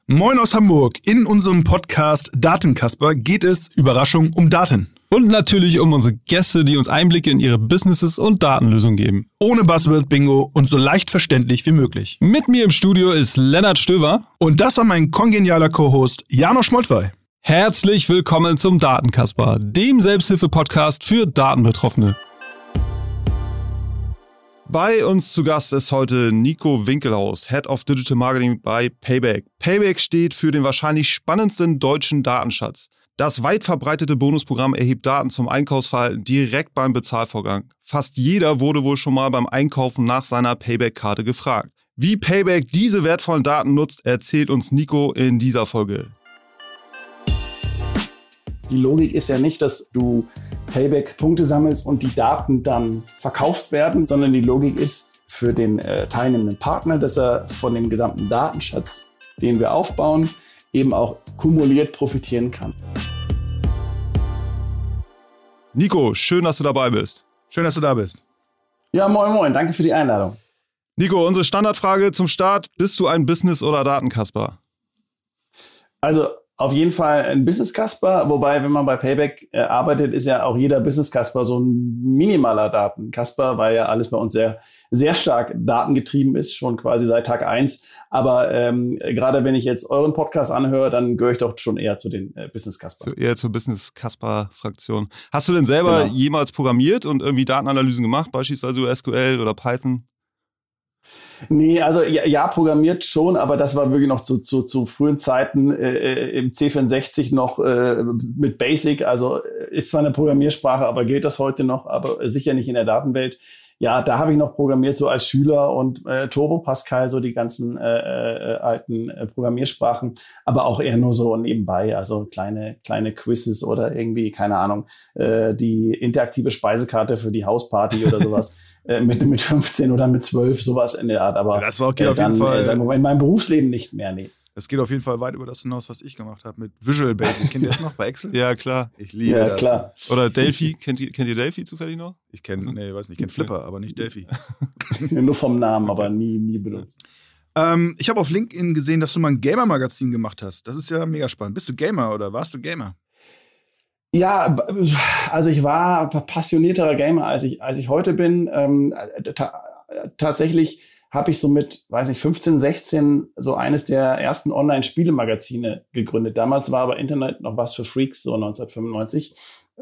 Moin aus Hamburg. In unserem Podcast Datenkasper geht es, Überraschung, um Daten. Und natürlich um unsere Gäste, die uns Einblicke in ihre Businesses und Datenlösungen geben. Ohne Buzzword-Bingo und so leicht verständlich wie möglich. Mit mir im Studio ist Lennart Stöver. Und das war mein kongenialer Co-Host Janosch Moltwey. Herzlich willkommen zum Datenkasper, dem Selbsthilfe-Podcast für Datenbetroffene. Bei uns zu Gast ist heute Nico Winkelhaus, Head of Digital Marketing bei Payback. Payback steht für den wahrscheinlich spannendsten deutschen Datenschatz. Das weit verbreitete Bonusprogramm erhebt Daten zum Einkaufsverhalten direkt beim Bezahlvorgang. Fast jeder wurde wohl schon mal beim Einkaufen nach seiner Payback-Karte gefragt. Wie Payback diese wertvollen Daten nutzt, erzählt uns Nico in dieser Folge. Die Logik ist ja nicht, dass du Payback-Punkte sammelst und die Daten dann verkauft werden, sondern die Logik ist für den teilnehmenden Partner, dass er von dem gesamten Datenschatz, den wir aufbauen, eben auch kumuliert profitieren kann. Nico, schön, dass du dabei bist. Schön, dass du da bist. Ja, moin moin, danke für die Einladung. Nico, unsere Standardfrage zum Start. Bist du ein Business- oder Datenkasper? Also auf jeden Fall ein Business-Kasper, wobei, wenn man bei Payback arbeitet, ist ja auch jeder Business-Kasper so ein minimaler Datenkasper, weil ja alles bei uns sehr, sehr stark datengetrieben ist, schon quasi seit Tag 1. Aber gerade wenn ich jetzt euren Podcast anhöre, dann gehöre ich doch schon eher zu den Business-Kaspers. Eher zur Business-Kasper-Fraktion. Hast du denn selber jemals programmiert und irgendwie Datenanalysen gemacht, beispielsweise SQL oder Python? Nee, also ja, programmiert schon, aber das war wirklich noch zu frühen Zeiten im C64 noch mit Basic. Also ist zwar eine Programmiersprache, aber gilt das heute noch, aber sicher nicht in der Datenwelt. Ja, da habe ich noch programmiert so als Schüler und Turbo Pascal, so die ganzen alten Programmiersprachen, aber auch eher nur so nebenbei, also kleine Quizzes oder irgendwie, keine Ahnung, die interaktive Speisekarte für die Hausparty oder sowas. Mit 15 oder mit 12, sowas in der Art. Aber das geht auf jeden Fall. In meinem Berufsleben nicht mehr, nee. Das geht auf jeden Fall weit über das hinaus, was ich gemacht habe mit Visual Basic. Kennt ihr das noch bei Excel? Ja, klar. Ich liebe das. Klar. Oder Delphi. Kennt ihr Delphi zufällig noch? Ich kenne Flipper, aber nicht Delphi. Nur vom Namen, aber nie benutzt. Ich habe auf LinkedIn gesehen, dass du mal ein Gamer-Magazin gemacht hast. Das ist ja mega spannend. Bist du Gamer oder warst du Gamer? Ja, also ich war passionierterer Gamer, als ich heute bin. Tatsächlich habe ich so mit, 15, 16 so eines der ersten Online-Spielemagazine gegründet. Damals war aber Internet noch was für Freaks, so 1995.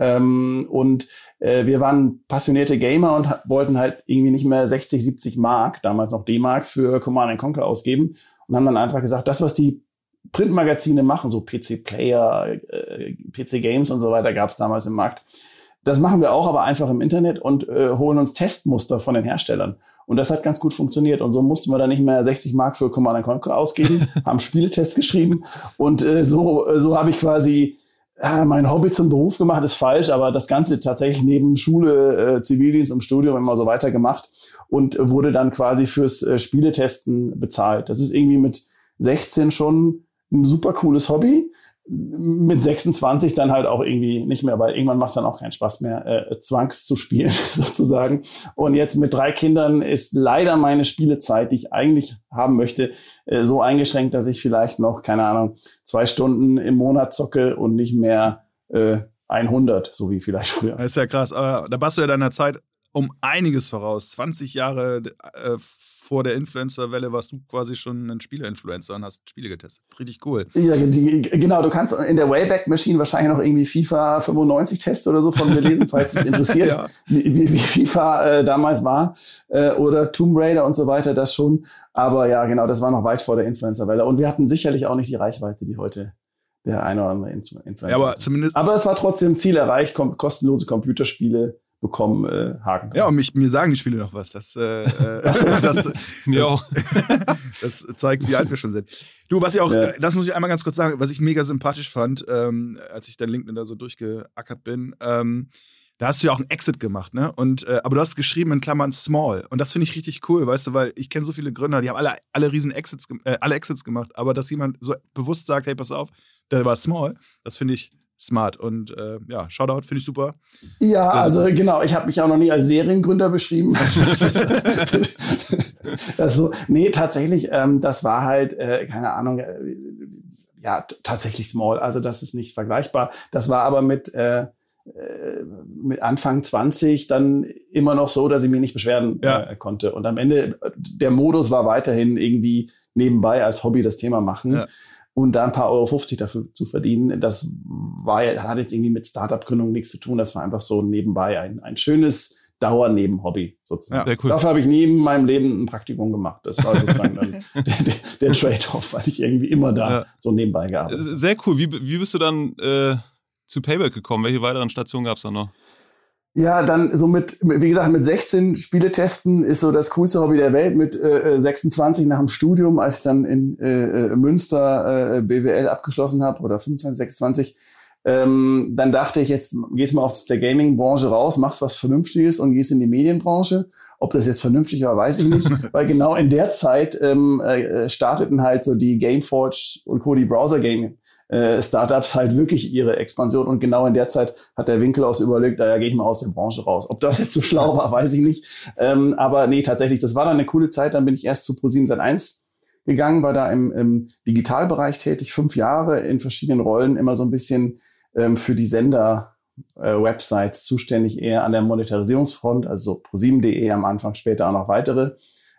Wir waren passionierte Gamer und wollten halt irgendwie nicht mehr 60, 70 Mark, damals noch D-Mark, für Command & Conquer ausgeben und haben dann einfach gesagt, das, was die Printmagazine machen, so PC Player, PC Games und so weiter, gab es damals im Markt. Das machen wir auch, aber einfach im Internet und holen uns Testmuster von den Herstellern. Und das hat ganz gut funktioniert. Und so mussten wir dann nicht mehr 60 Mark für Command & Conquer ausgeben, haben Spieletests geschrieben. Und so habe ich quasi mein Hobby zum Beruf gemacht, ist falsch, aber das Ganze tatsächlich neben Schule, Zivildienst und Studium immer so weiter gemacht und wurde dann quasi fürs Spieletesten bezahlt. Das ist irgendwie mit 16 schon ein super cooles Hobby. Mit 26 dann halt auch irgendwie nicht mehr, weil irgendwann macht es dann auch keinen Spaß mehr, zwangs zu spielen sozusagen. Und jetzt mit 3 Kindern ist leider meine Spielezeit, die ich eigentlich haben möchte, so eingeschränkt, dass ich vielleicht noch, 2 Stunden im Monat zocke und nicht mehr 100, so wie vielleicht früher. Das ist ja krass, aber da warst du ja deiner Zeit um einiges voraus. 20 Jahre vor der Influencer-Welle warst du quasi schon ein Spieler-Influencer und hast Spiele getestet. Richtig cool. Ja, genau, du kannst in der Wayback Machine wahrscheinlich noch irgendwie FIFA 95 Tests oder so von mir lesen, falls dich interessiert, ja. wie FIFA damals war. Oder Tomb Raider und so weiter, das schon. Aber ja, genau, das war noch weit vor der Influencer-Welle. Und wir hatten sicherlich auch nicht die Reichweite, die heute der eine oder andere Influencer ja, aber es war trotzdem Ziel erreicht, kostenlose Computerspiele bekommen, Haken. Ja, und mir sagen die Spiele noch was. Das zeigt, wie alt wir schon sind. Du, was ich auch, das muss ich einmal ganz kurz sagen, was ich mega sympathisch fand, als ich dann LinkedIn da so durchgeackert bin, da hast du ja auch einen Exit gemacht, ne? Und, aber du hast geschrieben in Klammern Small. Und das finde ich richtig cool, weißt du, weil ich kenne so viele Gründer, die haben alle riesen Exits gemacht, aber dass jemand so bewusst sagt, hey, pass auf, der war Small, das finde ich smart. Und ja, Shoutout, finde ich super. Ja, also genau, ich habe mich auch noch nie als Seriengründer beschrieben. Nee, tatsächlich, das war halt, keine Ahnung, ja, tatsächlich small. Also das ist nicht vergleichbar. Das war aber mit Anfang 20 dann immer noch so, dass ich mich nicht beschweren konnte. Und am Ende, der Modus war weiterhin irgendwie nebenbei als Hobby das Thema machen. Ja. Und da ein paar Euro 50 dafür zu verdienen, das hat jetzt irgendwie mit Startup-Gründung nichts zu tun. Das war einfach so nebenbei ein schönes Dauernebenhobby sozusagen. Ja, cool. Dafür habe ich nie in meinem Leben ein Praktikum gemacht. Das war sozusagen dann der Trade-off, weil ich irgendwie immer da so nebenbei gearbeitet habe. Sehr cool. Wie bist du dann zu Payback gekommen? Welche weiteren Stationen gab es da noch? Ja, dann so wie gesagt, mit 16 Spiele testen ist so das coolste Hobby der Welt. Mit 26 nach dem Studium, als ich dann in Münster BWL abgeschlossen habe, oder 25, 26, dann dachte ich, jetzt gehst mal aus der Gaming-Branche raus, machst was Vernünftiges und gehst in die Medienbranche. Ob das jetzt vernünftig war, weiß ich nicht, weil genau in der Zeit starteten halt so die Gameforge und Co., die Browser-Gaming Startups halt wirklich ihre Expansion, und genau in der Zeit hat der Winkelaus überlegt, da gehe ich mal aus der Branche raus. Ob das jetzt so schlau war, weiß ich nicht. Aber nee, tatsächlich, das war dann eine coole Zeit. Dann bin ich erst zu ProSieben Sat.1 gegangen, war da im Digitalbereich tätig, 5 Jahre in verschiedenen Rollen, immer so ein bisschen für die Sender-Websites zuständig, eher an der Monetarisierungsfront, also so ProSieben.de am Anfang, später auch noch weitere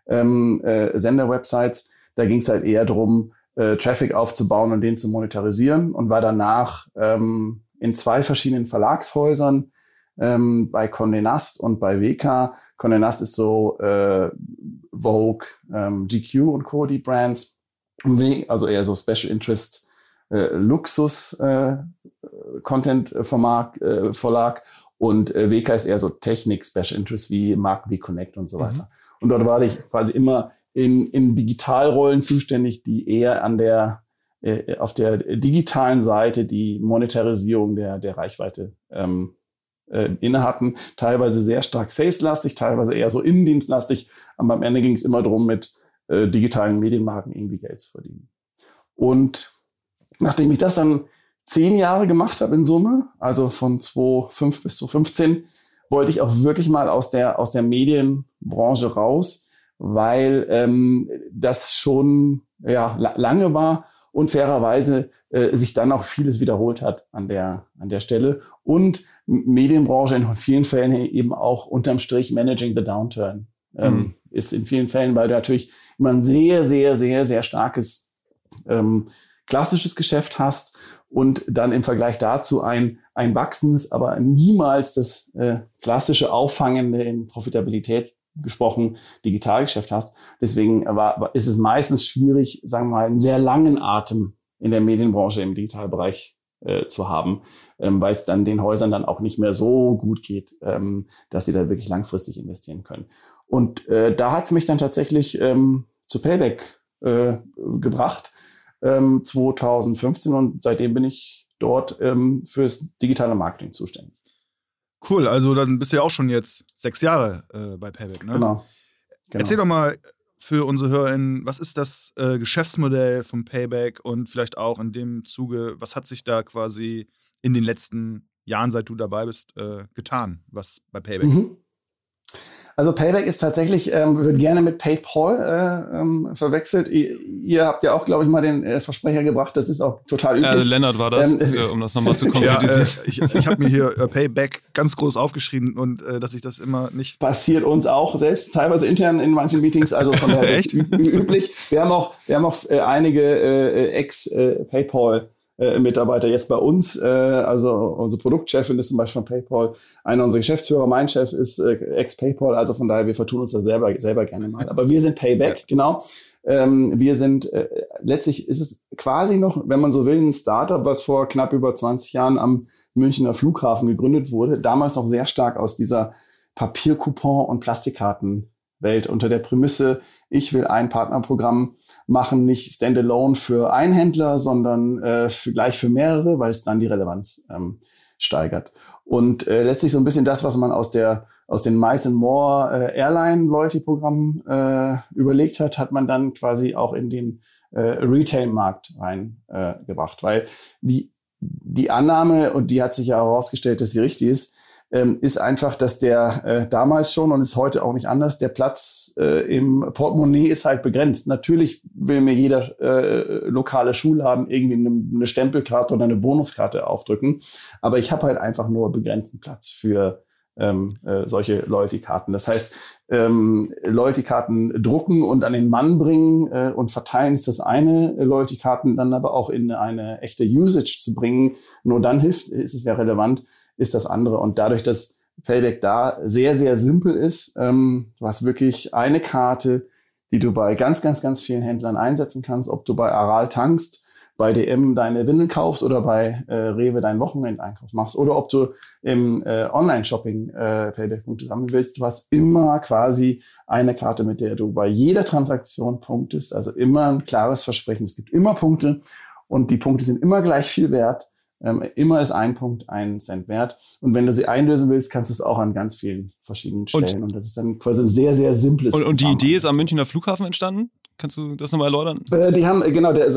Sender-Websites. Da ging es halt eher darum, Traffic aufzubauen und den zu monetarisieren, und war danach in 2 verschiedenen Verlagshäusern, bei Condé Nast und bei WEKA. Condé Nast ist so Vogue, GQ und Co., die Brands, also eher so Special Interest Luxus Content Verlag, und WEKA ist eher so Technik Special Interest wie Marken wie Connect und so weiter. Und dort war ich quasi immer in Digitalrollen zuständig, die eher auf der digitalen Seite die Monetarisierung der Reichweite innehatten. Teilweise sehr stark saleslastig, teilweise eher so innendienstlastig, aber am Ende ging es immer darum, mit digitalen Medienmarken irgendwie Geld zu verdienen. Und nachdem ich das dann 10 Jahre gemacht habe in Summe, also von 2005 bis 2015, wollte ich auch wirklich mal aus der Medienbranche raus, weil das schon lange war und fairerweise sich dann auch vieles wiederholt hat an der Stelle. Und Medienbranche in vielen Fällen eben auch unterm Strich managing the downturn ist in vielen Fällen, weil du natürlich immer ein sehr, sehr, sehr, sehr starkes klassisches Geschäft hast und dann im Vergleich dazu ein wachsendes, aber niemals das klassische Auffangende in Profitabilität gesprochen Digitalgeschäft hast. Deswegen ist es meistens schwierig, sagen wir mal, einen sehr langen Atem in der Medienbranche im Digitalbereich zu haben, weil es dann den Häusern dann auch nicht mehr so gut geht, dass sie da wirklich langfristig investieren können. Und da hat es mich dann tatsächlich zu Payback gebracht, 2015, und seitdem bin ich dort fürs digitale Marketing zuständig. Cool, also dann bist du ja auch schon jetzt 6 Jahre bei Payback, ne? Genau. Erzähl doch mal für unsere HörerInnen, was ist das Geschäftsmodell von Payback, und vielleicht auch in dem Zuge, was hat sich da quasi in den letzten Jahren, seit du dabei bist, getan, was bei Payback? Also Payback ist tatsächlich, wird gerne mit PayPal verwechselt. Ihr habt ja auch, glaube ich, mal den Versprecher gebracht. Das ist auch total üblich. Also Lennart war das, um das nochmal zu konkretisieren. Ich habe mir hier Payback ganz groß aufgeschrieben, und dass ich das immer nicht... Passiert uns auch, selbst teilweise intern in manchen Meetings. Also von daher ist üblich. Wir haben auch einige Ex-PayPal Mitarbeiter jetzt bei uns, also unsere Produktchefin ist zum Beispiel von PayPal, einer unserer Geschäftsführer, mein Chef ist ex-PayPal, also von daher, wir vertun uns da selber gerne mal. Aber wir sind Payback, genau. Wir sind, letztlich ist es quasi noch, wenn man so will, ein Startup, was vor knapp über 20 Jahren am Münchner Flughafen gegründet wurde, damals noch sehr stark aus dieser Papiercoupon- und Plastikkartenwelt, unter der Prämisse, ich will ein Partnerprogramm machen, nicht standalone für einen Händler, sondern gleich für mehrere, weil es dann die Relevanz steigert. Und letztlich so ein bisschen das, was man aus den Mice and More Airline-Loyalty-Programmen überlegt hat man dann quasi auch in den Retail-Markt reingebracht. Weil die die Annahme, und die hat sich ja herausgestellt, dass sie richtig ist einfach, dass der damals schon und ist heute auch nicht anders, der Platz im Portemonnaie ist halt begrenzt. Natürlich will mir jeder lokale Schulladen irgendwie eine Stempelkarte oder eine Bonuskarte aufdrücken, aber ich habe halt einfach nur begrenzten Platz für solche Loyalty-Karten. Das heißt, Loyalty-Karten drucken und an den Mann bringen und verteilen ist das eine, Loyalty-Karten dann aber auch in eine echte Usage zu bringen, nur dann ist es ja relevant, ist das andere. Und dadurch, dass Payback da sehr, sehr simpel ist, du hast wirklich eine Karte, die du bei ganz, ganz, ganz vielen Händlern einsetzen kannst, ob du bei Aral tankst, bei DM deine Windeln kaufst oder bei Rewe deinen Wochenendeinkauf machst oder ob du im Online-Shopping Payback-Punkte sammeln willst. Du hast immer quasi eine Karte, mit der du bei jeder Transaktion punktest, also immer ein klares Versprechen. Es gibt immer Punkte und die Punkte sind immer gleich viel wert. Immer ist ein Punkt 1 Cent wert. Und wenn du sie einlösen willst, kannst du es auch an ganz vielen verschiedenen Stellen. Und das ist dann quasi ein sehr, sehr simples Und die Idee ist am Münchner Flughafen entstanden? Kannst du das nochmal erläutern? Die haben,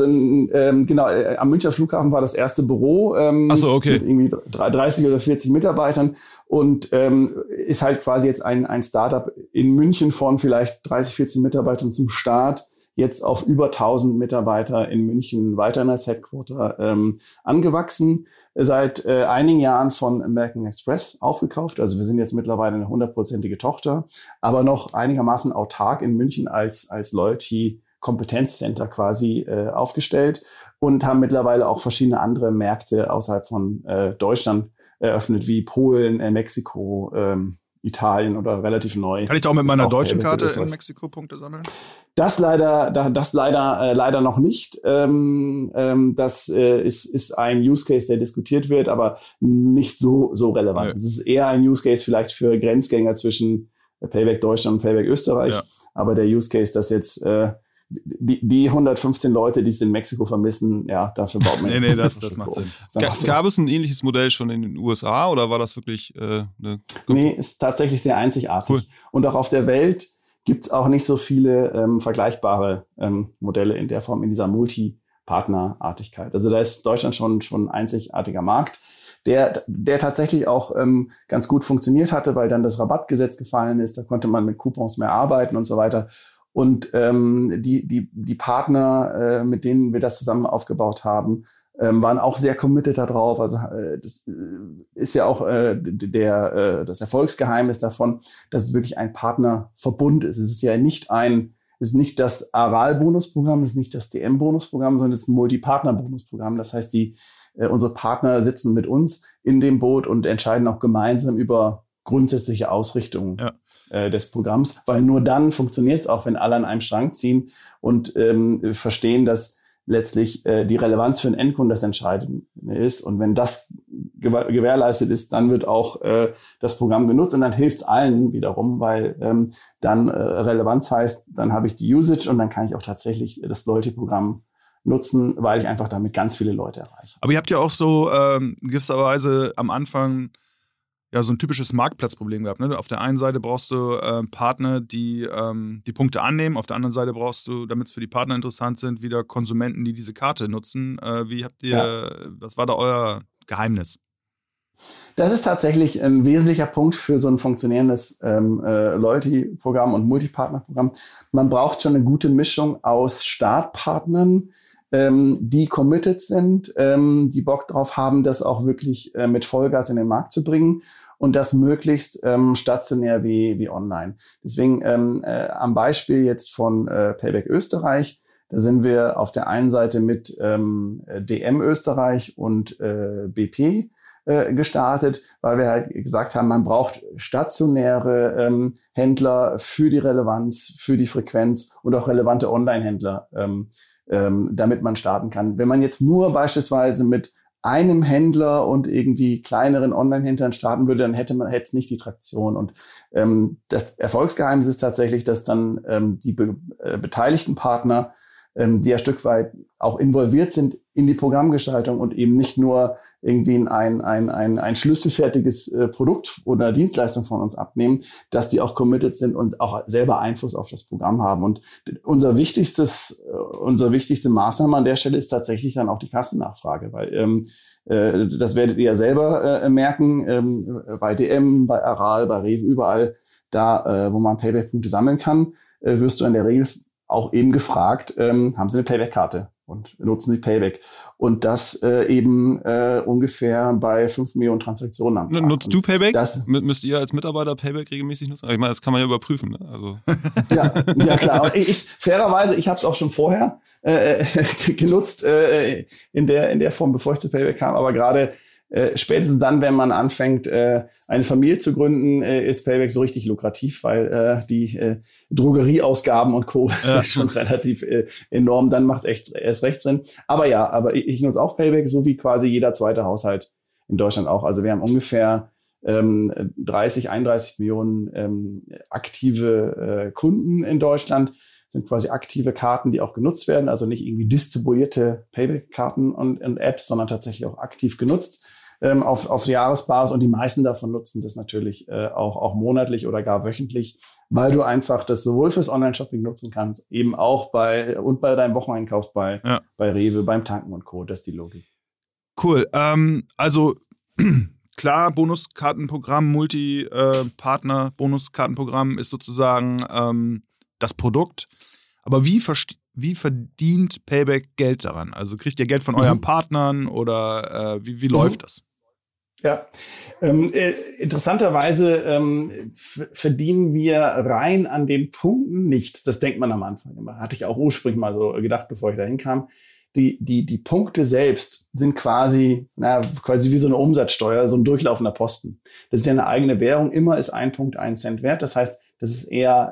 am Münchner Flughafen war das erste Büro okay. Mit irgendwie 30 oder 40 Mitarbeitern und ist halt quasi jetzt ein Startup in München von vielleicht 30, 40 Mitarbeitern zum Start jetzt auf über 1000 Mitarbeiter in München weiterhin als Headquarter angewachsen. Seit einigen Jahren von American Express aufgekauft. Also wir sind jetzt mittlerweile eine 100%ige Tochter, aber noch einigermaßen autark in München als Loyalty-Kompetenzcenter quasi aufgestellt und haben mittlerweile auch verschiedene andere Märkte außerhalb von Deutschland eröffnet, wie Polen, Mexiko, Italien oder relativ neu. Kann ich da auch mit meiner deutschen Karte in Mexiko Punkte sammeln? Das leider noch nicht. Das ist ein Use Case, der diskutiert wird, aber nicht so relevant. Es ist eher ein Use Case vielleicht für Grenzgänger zwischen Payback Deutschland und Payback Österreich. Ja. Aber der Use Case, dass jetzt die 115 Leute, die es in Mexiko vermissen, ja, dafür baut man jetzt das macht Sinn. Gab es ein ähnliches Modell schon in den USA oder war das wirklich Nee, ist tatsächlich sehr einzigartig. Cool. Und auch auf der Welt gibt es auch nicht so viele vergleichbare Modelle in der Form, in dieser Multipartnerartigkeit. Also da ist Deutschland schon ein einzigartiger Markt, der tatsächlich auch ganz gut funktioniert hatte, weil dann das Rabattgesetz gefallen ist, da konnte man mit Coupons mehr arbeiten und so weiter. Und die Partner, mit denen wir das zusammen aufgebaut haben, waren auch sehr committed darauf. Also das ist ja auch das Erfolgsgeheimnis davon, dass es wirklich ein Partnerverbund ist. Es ist ja nicht das Aral-Bonusprogramm, es ist nicht das DM-Bonusprogramm, sondern es ist ein Multipartner-Bonusprogramm. Das heißt, unsere Partner sitzen mit uns in dem Boot und entscheiden auch gemeinsam über grundsätzliche Ausrichtung des Programms, weil nur dann funktioniert es auch, wenn alle an einem Strang ziehen und verstehen, dass letztlich die Relevanz für den Endkunden das Entscheidende ist. Und wenn das gewährleistet ist, dann wird auch das Programm genutzt und dann hilft es allen wiederum, weil dann Relevanz heißt, dann habe ich die Usage und dann kann ich auch tatsächlich das Loyalty-Programm nutzen, weil ich einfach damit ganz viele Leute erreiche. Aber ihr habt ja auch so gewisserweise am Anfang ja so ein typisches Marktplatzproblem gehabt. Ne? Auf der einen Seite brauchst du Partner, die die Punkte annehmen. Auf der anderen Seite brauchst du, damit es für die Partner interessant sind, wieder Konsumenten, die diese Karte nutzen. Was war da euer Geheimnis? Das ist tatsächlich ein wesentlicher Punkt für so ein funktionierendes Loyalty-Programm und Multipartner-Programm. Man braucht schon eine gute Mischung aus Startpartnern, die committed sind, die Bock drauf haben, das auch wirklich mit Vollgas in den Markt zu bringen und das möglichst stationär wie online. Deswegen am Beispiel jetzt von Payback Österreich, da sind wir auf der einen Seite mit DM Österreich und BP gestartet, weil wir halt gesagt haben, man braucht stationäre Händler für die Relevanz, für die Frequenz und auch relevante Online-Händler, damit man starten kann. Wenn man jetzt nur beispielsweise mit einem Händler und irgendwie kleineren Online-Händlern starten würde, dann hätte es nicht die Traktion. Und das Erfolgsgeheimnis ist tatsächlich, dass dann die beteiligten Partner die ja Stück weit auch involviert sind in die Programmgestaltung und eben nicht nur irgendwie ein schlüsselfertiges Produkt oder Dienstleistung von uns abnehmen, dass die auch committed sind und auch selber Einfluss auf das Programm haben. Und unsere wichtigste Maßnahme an der Stelle ist tatsächlich dann auch die Kassennachfrage, weil das werdet ihr ja selber merken, bei DM, bei Aral, bei Rewe, überall da, wo man Payback-Punkte sammeln kann, wirst du in der Regel auch eben gefragt, haben Sie eine Payback-Karte und nutzen Sie Payback? Und das eben ungefähr bei 5 Millionen Transaktionen am Tag. Nutzt du Payback? Müsst ihr als Mitarbeiter Payback regelmäßig nutzen? Ich meine, das kann man ja überprüfen. Ne? Also. Ja, klar. Aber fairerweise, ich habe es auch schon vorher genutzt in der Form, bevor ich zu Payback kam. Aber gerade spätestens dann, wenn man anfängt, eine Familie zu gründen, ist Payback so richtig lukrativ, weil die Drogerieausgaben und Co. sind schon relativ enorm. Dann macht es erst recht Sinn. Aber ich nutze auch Payback, so wie quasi jeder zweite Haushalt in Deutschland auch. Also wir haben ungefähr 31 Millionen aktive Kunden in Deutschland. Sind quasi aktive Karten, die auch genutzt werden, also nicht irgendwie distribuierte Payback-Karten und Apps, sondern tatsächlich auch aktiv genutzt auf Jahresbasis. Und die meisten davon nutzen das natürlich auch monatlich oder gar wöchentlich, weil du einfach das sowohl fürs Online-Shopping nutzen kannst, eben auch bei deinem Wocheneinkauf bei Rewe, beim Tanken und Co. Das ist die Logik. Cool. Also klar, Bonuskartenprogramm, Multi-Partner-Bonuskartenprogramm ist sozusagen das Produkt. Aber wie verdient Payback Geld daran? Also kriegt ihr Geld von euren Partnern oder wie läuft das? Ja, interessanterweise verdienen wir rein an den Punkten nichts. Das denkt man am Anfang immer. Hatte ich auch ursprünglich mal so gedacht, bevor ich dahin kam. Die Punkte selbst sind quasi wie so eine Umsatzsteuer, so ein durchlaufender Posten. Das ist ja eine eigene Währung. Immer ist ein Punkt 1 Cent wert. Das heißt, das ist eher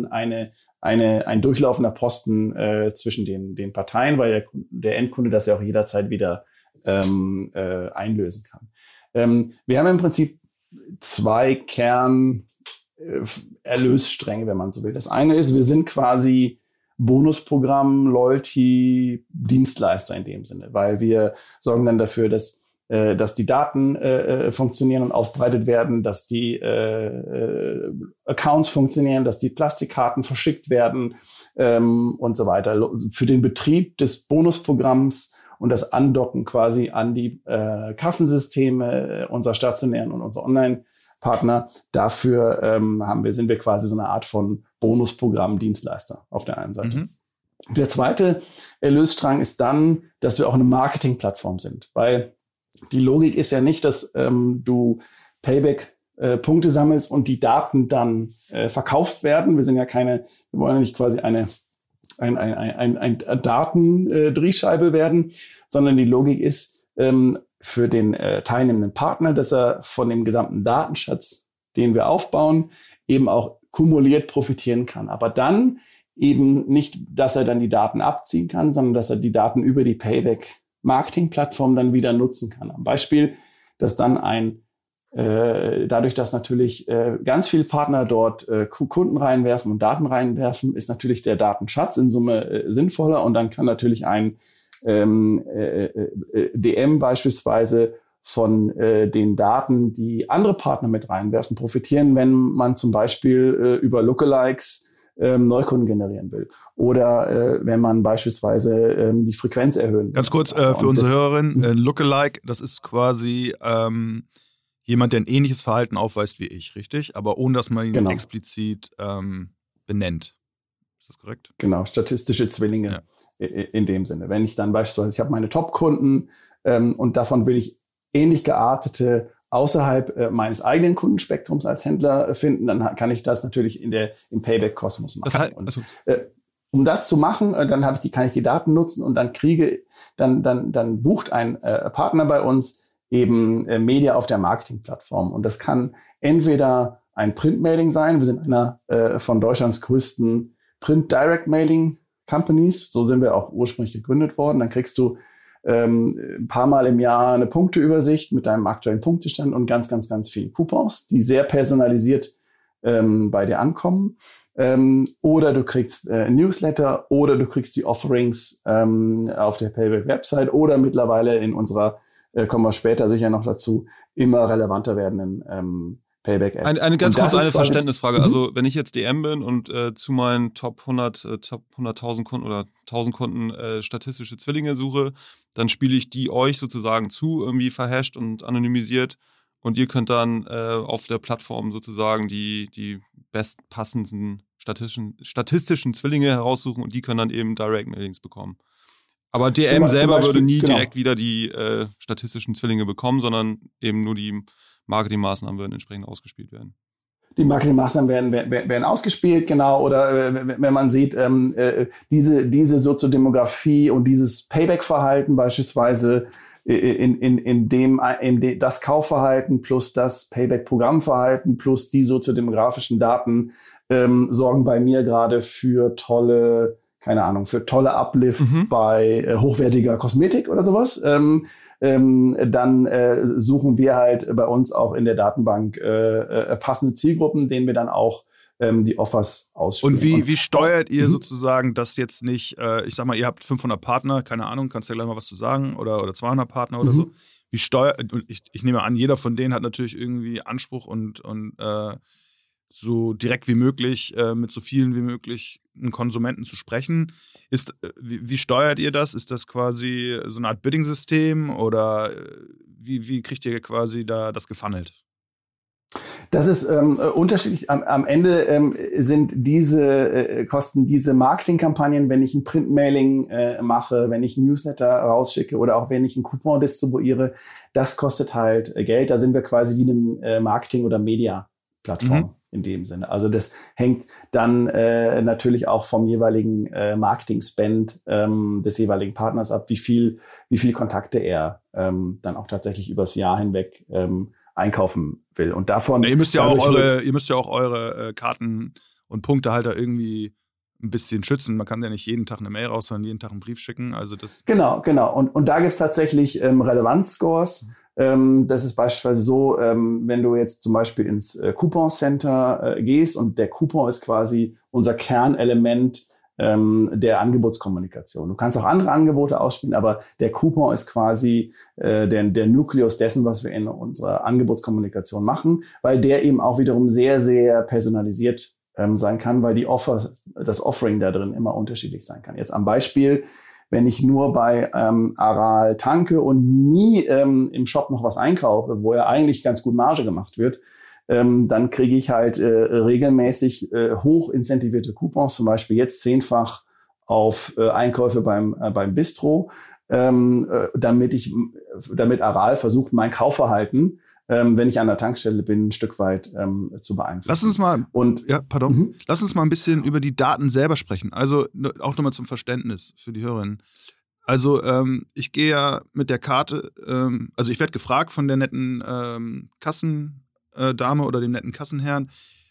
ein durchlaufender Posten zwischen den Parteien, weil der Endkunde das ja auch jederzeit wieder einlösen kann. Wir haben im Prinzip 2 Kern-Erlösstränge, wenn man so will. Das eine ist, wir sind quasi Bonusprogramm, Loyalty, Dienstleister in dem Sinne, weil wir sorgen dann dafür, dass die Daten funktionieren und aufbereitet werden, dass die Accounts funktionieren, dass die Plastikkarten verschickt werden und so weiter. Für den Betrieb des Bonusprogramms und das Andocken quasi an die Kassensysteme unserer stationären und unserer Online-Partner, dafür sind wir quasi so eine Art von Bonusprogramm-Dienstleister auf der einen Seite. Der zweite Erlösstrang ist dann, dass wir auch eine Marketingplattform sind, weil die Logik ist ja nicht, dass du Payback-Punkte sammelst und die Daten dann verkauft werden. Wir wollen ja nicht quasi ein Datendrehscheibe werden, sondern die Logik ist für den teilnehmenden Partner, dass er von dem gesamten Datenschatz, den wir aufbauen, eben auch kumuliert profitieren kann. Aber dann eben nicht, dass er dann die Daten abziehen kann, sondern dass er die Daten über die Payback-Marketing-Plattform dann wieder nutzen kann. Am Beispiel, dass dann dadurch, dass natürlich ganz viele Partner dort Kunden reinwerfen und Daten reinwerfen, ist natürlich der Datenschatz in Summe sinnvoller und dann kann natürlich ein DM beispielsweise von den Daten, die andere Partner mit reinwerfen, profitieren, wenn man zum Beispiel über Lookalikes Neukunden generieren will. Oder wenn man beispielsweise die Frequenz erhöhen will. Ganz kurz für unsere Hörerin, Lookalike, das ist quasi jemand, der ein ähnliches Verhalten aufweist wie ich, richtig? Aber ohne, dass man ihn explizit benennt. Ist das korrekt? Genau, statistische Zwillinge in dem Sinne. Wenn ich dann beispielsweise, ich habe meine Top-Kunden und davon will ich ähnlich geartete außerhalb meines eigenen Kundenspektrums als Händler finden, dann kann ich das natürlich im Payback-Kosmos machen. Das heißt, um das zu machen, dann kann ich die Daten nutzen und dann dann bucht ein Partner bei uns eben Media auf der Marketingplattform. Und das kann entweder ein Print-Mailing sein. Wir sind einer von Deutschlands größten Print-Direct-Mailing-Companies. So sind wir auch ursprünglich gegründet worden. Dann kriegst du ein paar Mal im Jahr eine Punkteübersicht mit deinem aktuellen Punktestand und ganz, ganz, ganz vielen Coupons, die sehr personalisiert bei dir ankommen. Oder du kriegst Newsletter oder du kriegst die Offerings auf der Payback-Website oder mittlerweile in unserer, kommen wir später sicher noch dazu, immer relevanter werdenden Payback-App. Eine ganz kurze Verständnisfrage. Also wenn ich jetzt DM bin und zu meinen Top 100.000 Kunden oder 1.000 Kunden statistische Zwillinge suche, dann spiele ich die euch sozusagen zu, irgendwie verhasht und anonymisiert. Und ihr könnt dann auf der Plattform sozusagen die bestpassendsten statistischen Zwillinge heraussuchen und die können dann eben Direct Mailings bekommen. Aber DM selber würde nie direkt wieder die statistischen Zwillinge bekommen, sondern eben nur die Marketingmaßnahmen würden entsprechend ausgespielt werden. Die Marketingmaßnahmen werden ausgespielt, genau. Oder wenn man sieht, diese Soziodemografie und dieses Payback-Verhalten beispielsweise in dem das Kaufverhalten plus das Payback-Programmverhalten plus die soziodemografischen Daten sorgen bei mir gerade für tolle Uplifts bei hochwertiger Kosmetik oder sowas. Dann suchen wir halt bei uns auch in der Datenbank passende Zielgruppen, denen wir dann auch die Offers ausspielen. Und wie steuert ihr sozusagen das jetzt nicht, ich sag mal, ihr habt 500 Partner, keine Ahnung, kannst du ja gleich mal was zu sagen, oder 200 Partner oder so. Wie steuert, und ich nehme an, jeder von denen hat natürlich irgendwie Anspruch und so direkt wie möglich mit so vielen wie möglich einen Konsumenten zu sprechen. Wie steuert ihr das? Ist das quasi so eine Art Bidding-System oder wie kriegt ihr quasi da das gefunnelt? Das ist unterschiedlich. Am Ende kosten diese Marketingkampagnen, wenn ich ein Printmailing mache, wenn ich ein Newsletter rausschicke oder auch wenn ich einen Coupon distribuiere, das kostet halt Geld. Da sind wir quasi wie eine Marketing- oder Media-Plattform in dem Sinne. Also das hängt dann natürlich auch vom jeweiligen Marketing-Spend des jeweiligen Partners ab, wie viel Kontakte er dann auch tatsächlich übers Jahr hinweg einkaufen will. Und davon. Ihr müsst ja auch eure Karten und Punktehalter irgendwie ein bisschen schützen. Man kann ja nicht jeden Tag eine Mail raushauen, jeden Tag einen Brief schicken. Also das Genau. Und da gibt's tatsächlich Relevanz-Scores. Das ist beispielsweise so, wenn du jetzt zum Beispiel ins Coupon Center gehst und der Coupon ist quasi unser Kernelement der Angebotskommunikation. Du kannst auch andere Angebote ausspielen, aber der Coupon ist quasi der Nukleus dessen, was wir in unserer Angebotskommunikation machen, weil der eben auch wiederum sehr, sehr personalisiert sein kann, weil das Offering da drin immer unterschiedlich sein kann. Jetzt am Beispiel, wenn ich nur bei Aral tanke und nie im Shop noch was einkaufe, wo ja eigentlich ganz gut Marge gemacht wird, dann kriege ich halt regelmäßig hoch incentivierte Coupons, zum Beispiel jetzt 10-fach auf Einkäufe beim Bistro, damit Aral versucht, mein Kaufverhalten, wenn ich an der Tankstelle bin, ein Stück weit zu beeinflussen. Lass uns mal ein bisschen über die Daten selber sprechen. Also auch nochmal zum Verständnis für die Hörerinnen. Also ich gehe ja mit der Karte, also ich werde gefragt von der netten Kassendame oder dem netten Kassenherrn,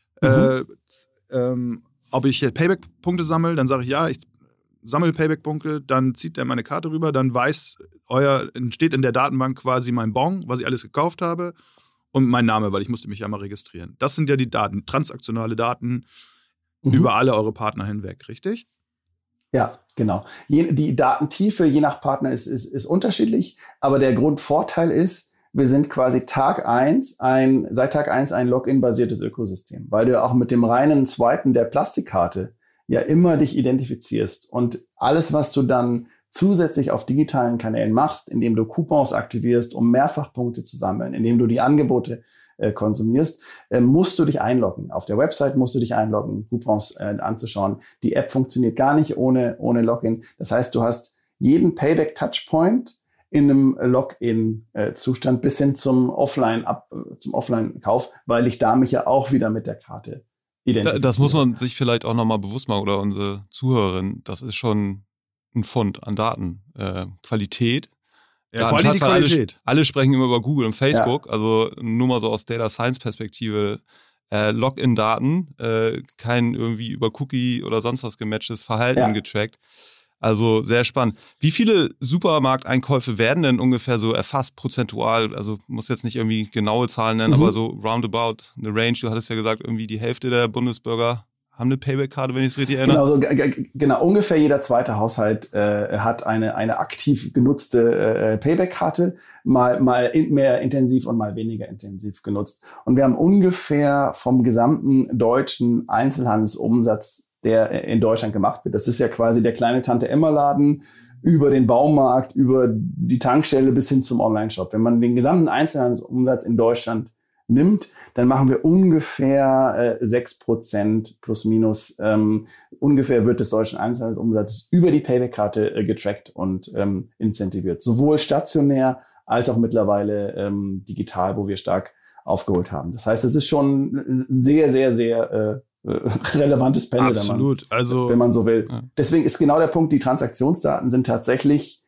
ob ich Payback-Punkte sammle. Dann sage ich, ja, ich sammle Payback-Punkte. Dann zieht der meine Karte rüber. Dann entsteht in der Datenbank quasi mein Bon, was ich alles gekauft habe und mein Name, weil ich musste mich ja mal registrieren. Das sind ja die Daten, transaktionale Daten über alle eure Partner hinweg, richtig? Ja, genau. Die Datentiefe je nach Partner ist unterschiedlich, aber der Grundvorteil ist, wir sind quasi seit Tag 1 ein Login-basiertes Ökosystem, weil du auch mit dem reinen Swipen der Plastikkarte ja immer dich identifizierst und alles, was du dann zusätzlich auf digitalen Kanälen machst, indem du Coupons aktivierst, um Mehrfachpunkte zu sammeln, indem du die Angebote konsumierst, musst du dich einloggen. Auf der Website musst du dich einloggen, Coupons anzuschauen. Die App funktioniert gar nicht ohne Login. Das heißt, du hast jeden Payback-Touchpoint in einem Login-Zustand bis hin zum Offline-Kauf, weil ich da mich ja auch wieder mit der Karte identifiziere. Das muss man sich vielleicht auch nochmal bewusst machen oder unsere Zuhörerin, das ist schon ein Fund an Daten. Qualität. Ja, vor allem die Qualität. Alle sprechen immer über Google und Facebook, also nur mal so aus Data Science Perspektive. Login-Daten, kein irgendwie über Cookie oder sonst was gematchtes Verhalten getrackt. Also sehr spannend. Wie viele Supermarkteinkäufe werden denn ungefähr so erfasst prozentual? Also muss jetzt nicht irgendwie genaue Zahlen nennen, aber so roundabout eine Range. Du hattest ja gesagt, irgendwie die Hälfte der Bundesbürger haben eine Payback-Karte, wenn ich es richtig erinnere. Genau, ungefähr jeder zweite Haushalt hat eine aktiv genutzte Payback-Karte, mal mehr intensiv und mal weniger intensiv genutzt. Und wir haben ungefähr vom gesamten deutschen Einzelhandelsumsatz, der in Deutschland gemacht wird. Das ist ja quasi der kleine Tante-Emma-Laden über den Baumarkt, über die Tankstelle bis hin zum Online-Shop. Wenn man den gesamten Einzelhandelsumsatz in Deutschland nimmt, dann machen wir ungefähr 6% plus minus. Ungefähr wird des deutschen Einzelhandelsumsatzes über die Payback-Karte getrackt und incentiviert. Sowohl stationär als auch mittlerweile digital, wo wir stark aufgeholt haben. Das heißt, es ist schon sehr, sehr, sehr relevantes Panel, absolut. Wenn man so will. Ja. Deswegen ist genau der Punkt, die Transaktionsdaten sind tatsächlich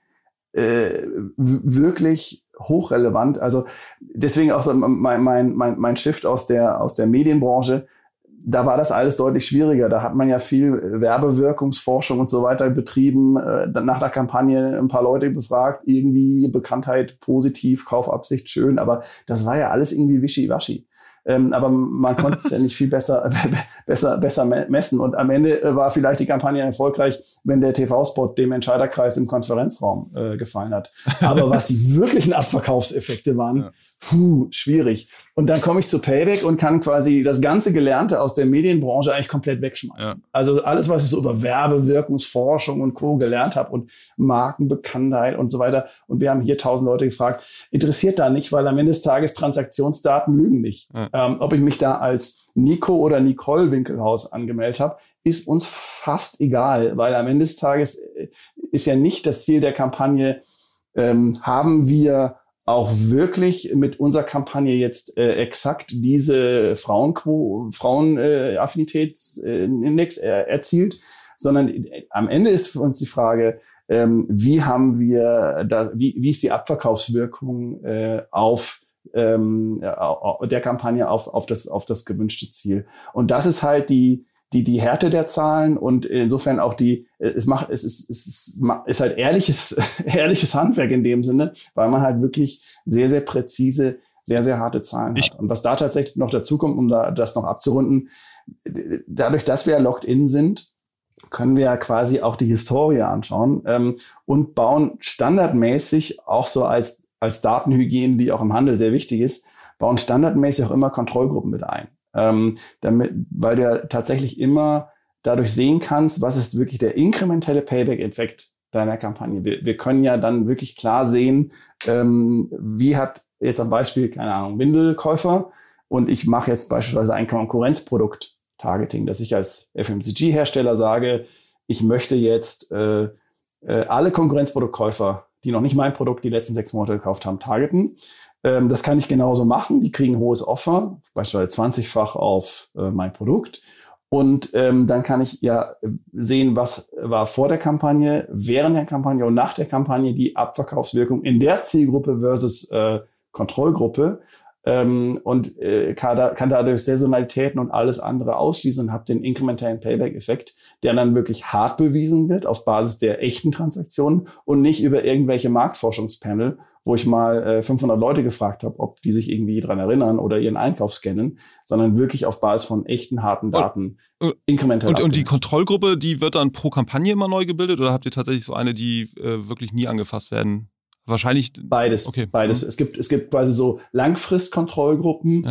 wirklich hochrelevant. Also deswegen auch so mein Shift aus der Medienbranche, da war das alles deutlich schwieriger. Da hat man ja viel Werbewirkungsforschung und so weiter betrieben, nach der Kampagne ein paar Leute befragt, irgendwie Bekanntheit positiv, Kaufabsicht schön, aber das war ja alles irgendwie wischiwaschi. Aber man konnte es ja nicht viel besser messen. Und am Ende war vielleicht die Kampagne erfolgreich, wenn der TV-Spot dem Entscheiderkreis im Konferenzraum gefallen hat. Aber was die wirklichen Abverkaufseffekte waren, schwierig. Und dann komme ich zu Payback und kann quasi das ganze Gelernte aus der Medienbranche eigentlich komplett wegschmeißen. Ja. Also alles, was ich so über Werbewirkungsforschung und Co. gelernt habe und Markenbekanntheit und so weiter. Und wir haben hier 1000 Leute gefragt, interessiert da nicht, weil am Ende des Tages Transaktionsdaten lügen nicht. Ja. Ob ich mich da als Nico oder Nicole Winkelhaus angemeldet habe, ist uns fast egal, weil am Ende des Tages ist ja nicht das Ziel der Kampagne, haben wir auch wirklich mit unserer Kampagne jetzt exakt diese Frauenaffinitätsindex erzielt, sondern am Ende ist für uns die Frage, wie ist die Abverkaufswirkung auf der Kampagne auf das gewünschte Ziel. Und das ist halt die Härte der Zahlen und insofern auch es ist halt ehrliches Handwerk in dem Sinne, weil man halt wirklich sehr, sehr präzise, sehr, sehr harte Zahlen hat. Und was da tatsächlich noch dazu kommt, um das noch abzurunden, dadurch, dass wir locked in sind, können wir ja quasi auch die Historie anschauen und bauen standardmäßig auch so als Datenhygiene, die auch im Handel sehr wichtig ist, bauen standardmäßig auch immer Kontrollgruppen mit ein. Weil du ja tatsächlich immer dadurch sehen kannst, was ist wirklich der inkrementelle Payback-Effekt deiner Kampagne. Wir können ja dann wirklich klar sehen, wie hat jetzt am Beispiel, keine Ahnung, Windelkäufer und ich mache jetzt beispielsweise ein Konkurrenzprodukt-Targeting, dass ich als FMCG-Hersteller sage, ich möchte jetzt alle Konkurrenzproduktkäufer, die noch nicht mein Produkt die letzten 6 Monate gekauft haben, targeten. Das kann ich genauso machen. Die kriegen ein hohes Offer, beispielsweise 20-fach auf mein Produkt. Und dann kann ich ja sehen, was war vor der Kampagne, während der Kampagne und nach der Kampagne die Abverkaufswirkung in der Zielgruppe versus Kontrollgruppe. Und kann dadurch Saisonalitäten und alles andere ausschließen und habe den inkrementellen Payback-Effekt, der dann wirklich hart bewiesen wird auf Basis der echten Transaktionen und nicht über irgendwelche Marktforschungspanel, wo ich mal 500 Leute gefragt habe, ob die sich irgendwie dran erinnern oder ihren Einkauf scannen, sondern wirklich auf Basis von echten, harten Daten inkrementell. Und die Kontrollgruppe, die wird dann pro Kampagne immer neu gebildet oder habt ihr tatsächlich so eine, die wirklich nie angefasst werden? Wahrscheinlich beides. Okay. Beides. Es gibt quasi so Langfristkontrollgruppen,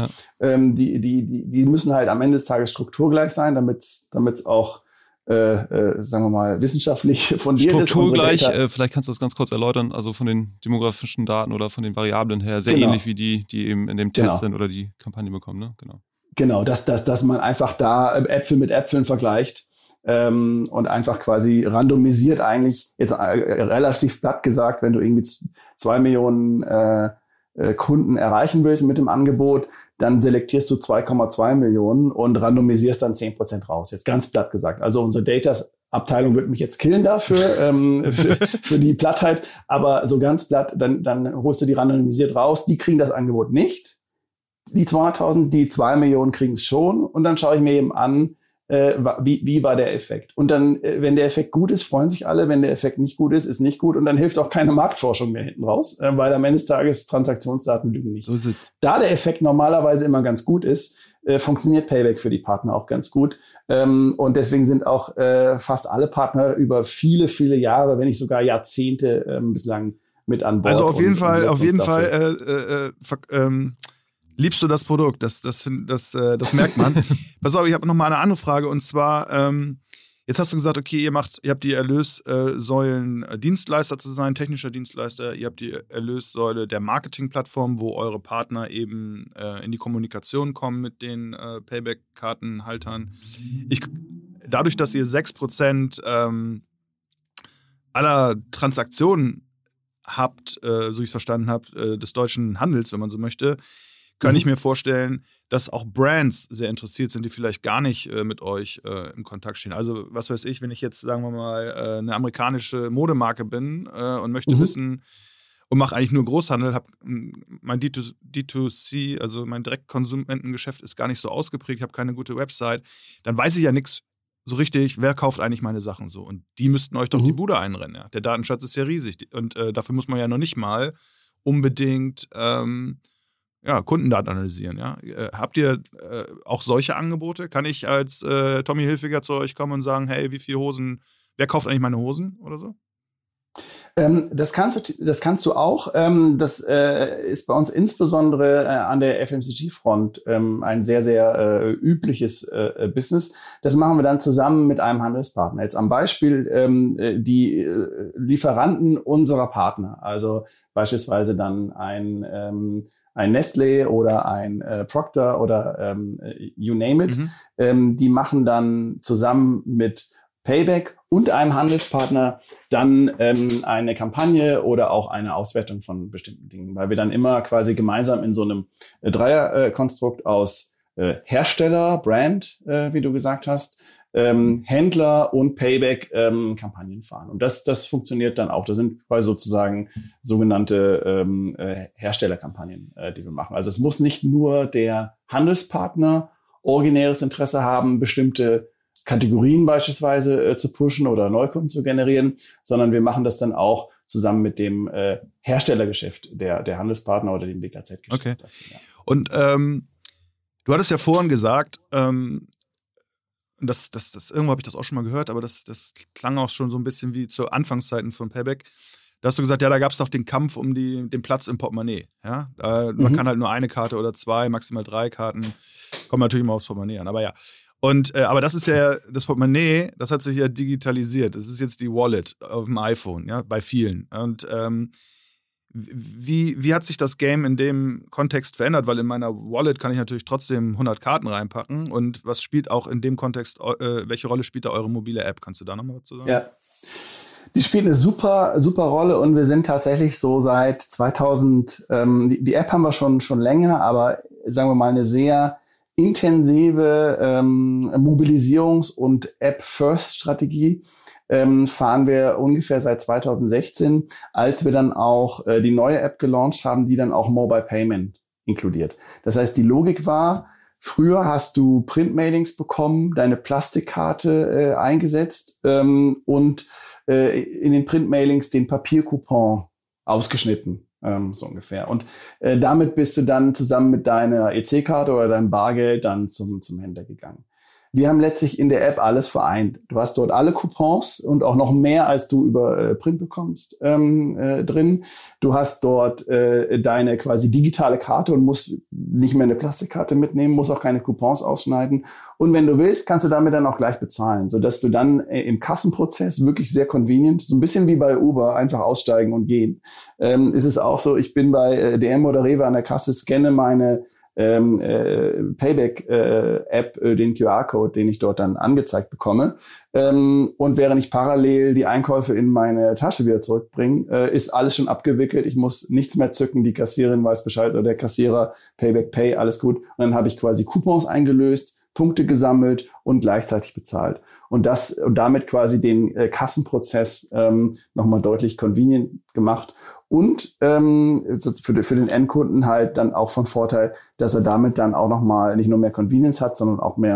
die müssen halt am Ende des Tages strukturgleich sein, damit's auch sagen wir mal wissenschaftlich fundiert ist. Strukturgleich, vielleicht kannst du das ganz kurz erläutern, also von den demografischen Daten oder von den Variablen her, sehr ähnlich wie die eben in dem Test sind oder die Kampagne bekommen, ne? Genau, dass man einfach da Äpfel mit Äpfeln vergleicht. Und einfach quasi randomisiert eigentlich, jetzt relativ platt gesagt, wenn du irgendwie 2 Millionen Kunden erreichen willst mit dem Angebot, dann selektierst du 2,2 Millionen und randomisierst dann 10% raus. Jetzt ganz platt gesagt. Also unsere Data-Abteilung wird mich jetzt killen dafür, für die Plattheit, aber so ganz platt, dann holst du die randomisiert raus, die kriegen das Angebot nicht. Die 200.000, die 2 Millionen kriegen es schon und dann schaue ich mir eben an, wie war der Effekt? Und dann, wenn der Effekt gut ist, freuen sich alle. Wenn der Effekt nicht gut ist, ist nicht gut. Und dann hilft auch keine Marktforschung mehr hinten raus, weil am Ende des Tages Transaktionsdaten lügen nicht. So sitzt. Da der Effekt normalerweise immer ganz gut ist, funktioniert Payback für die Partner auch ganz gut. Und deswegen sind auch fast alle Partner über viele, viele Jahre, wenn nicht sogar Jahrzehnte bislang mit an Bord. Also auf jeden Fall liebst du das Produkt, das merkt man. Pass auf, ich habe noch mal eine andere Frage und zwar, jetzt hast du gesagt, okay, ihr habt die Erlössäulen, Dienstleister zu sein, technischer Dienstleister, ihr habt die Erlössäule der Marketingplattform, wo eure Partner eben in die Kommunikation kommen mit den Payback-Kartenhaltern. Dadurch, dass ihr 6% aller Transaktionen habt, so ich es verstanden habe, des deutschen Handels, wenn man so möchte, kann ich mir vorstellen, dass auch Brands sehr interessiert sind, die vielleicht gar nicht mit euch im Kontakt stehen. Also, was weiß ich, wenn ich jetzt, sagen wir mal, eine amerikanische Modemarke bin und möchte wissen und mache eigentlich nur Großhandel, habe mein D2C, also mein Direktkonsumentengeschäft ist gar nicht so ausgeprägt, ich habe keine gute Website, dann weiß ich ja nichts so richtig, wer kauft eigentlich meine Sachen so. Und die müssten euch doch die Bude einrennen. Ja? Der Datenschatz ist ja riesig. Und dafür muss man ja noch nicht mal unbedingt Kundendaten analysieren. Ja? Habt ihr auch solche Angebote? Kann ich als Tommy Hilfiger zu euch kommen und sagen, hey, wie viele Hosen, wer kauft eigentlich meine Hosen oder so? Das kannst du auch. Das ist bei uns insbesondere an der FMCG-Front ein sehr, sehr übliches Business. Das machen wir dann zusammen mit einem Handelspartner. Jetzt am Beispiel die Lieferanten unserer Partner, also beispielsweise dann ein Nestlé oder ein Procter oder you name it. Die machen dann zusammen mit Payback und einem Handelspartner dann eine Kampagne oder auch eine Auswertung von bestimmten Dingen, weil wir dann immer quasi gemeinsam in so einem Dreierkonstrukt aus Hersteller, Brand, wie du gesagt hast, Händler und Payback Kampagnen fahren. Und das funktioniert dann auch. Das sind quasi sozusagen sogenannte Herstellerkampagnen, die wir machen. Also es muss nicht nur der Handelspartner originäres Interesse haben, bestimmte Kategorien beispielsweise zu pushen oder Neukunden zu generieren, sondern wir machen das dann auch zusammen mit dem Herstellergeschäft, der Handelspartner oder dem BKZ-Geschäft. Okay. Dazu, ja. Und du hattest ja vorhin gesagt, das irgendwo habe ich das auch schon mal gehört, aber das klang auch schon so ein bisschen wie zu Anfangszeiten von Payback. Da hast du gesagt, ja, da gab es doch den Kampf um den Platz im Portemonnaie. Ja? Man kann halt nur eine Karte oder 2, maximal 3 Karten. Kommt natürlich immer aufs Portemonnaie an, aber ja. Und aber das ist ja, das Portemonnaie, das hat sich ja digitalisiert. Das ist jetzt die Wallet auf dem iPhone, ja, bei vielen. Und wie hat sich das Game in dem Kontext verändert? Weil in meiner Wallet kann ich natürlich trotzdem 100 Karten reinpacken. Und was spielt auch in dem Kontext, welche Rolle spielt da eure mobile App? Kannst du da nochmal was zu sagen? Ja. Die spielt eine super, super Rolle und wir sind tatsächlich so seit 2000, die App haben wir schon länger, aber sagen wir mal eine sehr intensive Mobilisierungs- und App-First-Strategie fahren wir ungefähr seit 2016, als wir dann auch die neue App gelauncht haben, die dann auch Mobile Payment inkludiert. Das heißt, die Logik war, früher hast du Printmailings bekommen, deine Plastikkarte eingesetzt und in den Printmailings den Papiercoupon ausgeschnitten. So ungefähr. Und damit bist du dann zusammen mit deiner EC-Karte oder deinem Bargeld dann zum Händler gegangen. Wir haben letztlich in der App alles vereint. Du hast dort alle Coupons und auch noch mehr, als du über Print bekommst, drin. Du hast dort deine quasi digitale Karte und musst nicht mehr eine Plastikkarte mitnehmen, musst auch keine Coupons ausschneiden. Und wenn du willst, kannst du damit dann auch gleich bezahlen, sodass du dann im Kassenprozess wirklich sehr convenient, so ein bisschen wie bei Uber, einfach aussteigen und gehen. Ist es auch so, ich bin bei DM oder Rewe an der Kasse, scanne meine Payback-App, den QR-Code, den ich dort dann angezeigt bekomme. Und während ich parallel die Einkäufe in meine Tasche wieder zurückbringe, ist alles schon abgewickelt. Ich muss nichts mehr zücken. Die Kassiererin weiß Bescheid oder der Kassierer, Payback Pay, alles gut. Und dann habe ich quasi Coupons eingelöst, Punkte gesammelt und gleichzeitig bezahlt. Und damit quasi den Kassenprozess nochmal deutlich convenient gemacht. Und für den Endkunden halt dann auch von Vorteil, dass er damit dann auch nochmal nicht nur mehr Convenience hat, sondern auch mehr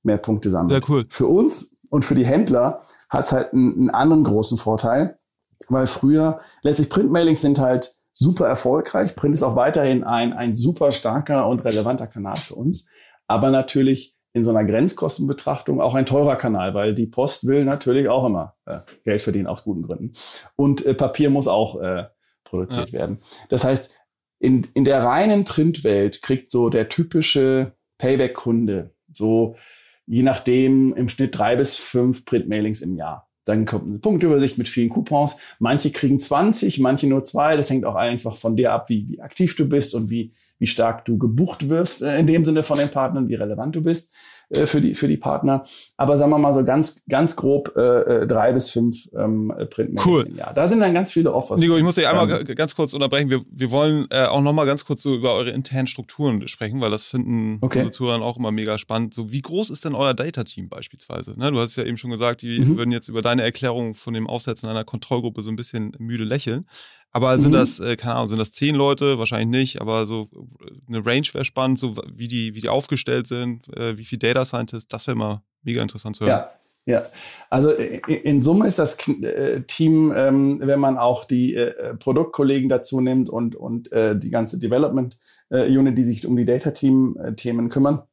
Punkte sammelt. Sehr cool. Für uns und für die Händler hat es halt einen anderen großen Vorteil, weil früher, letztlich Printmailings sind halt super erfolgreich. Print ist auch weiterhin ein super starker und relevanter Kanal für uns, aber natürlich in so einer Grenzkostenbetrachtung auch ein teurer Kanal, weil die Post will natürlich auch immer Geld verdienen aus guten Gründen. Und Papier muss auch produziert werden. Das heißt, in der reinen Printwelt kriegt so der typische Payback-Kunde so je nachdem im Schnitt 3 bis 5 Printmailings im Jahr. Dann kommt eine Punktübersicht mit vielen Coupons. Manche kriegen 20, manche nur 2. Das hängt auch einfach von dir ab, wie aktiv du bist und wie stark du gebucht wirst, in dem Sinne von den Partnern, wie relevant du bist für die Partner. Aber sagen wir mal so ganz grob 3 bis 5 Printmails im Jahr. Da sind dann ganz viele Offers. Nico, ich muss dich einmal ganz kurz unterbrechen. Wir wollen auch noch mal ganz kurz so über eure internen Strukturen sprechen, weil das finden unsere Zuhörer auch immer mega spannend. So, wie groß ist denn euer Data-Team beispielsweise? Ne, du hast ja eben schon gesagt, die würden jetzt über deine Erklärung von dem Aufsetzen einer Kontrollgruppe so ein bisschen müde lächeln. Aber sind das, keine Ahnung, sind das 10 Leute? Wahrscheinlich nicht, aber so eine Range wäre spannend, so wie die aufgestellt sind, wie viel Data Scientists, das wäre mal mega interessant zu hören. Ja. Also in Summe ist das Team, wenn man auch die Produktkollegen dazu nimmt und die ganze Development Unit, die sich um die Data-Themen kümmern,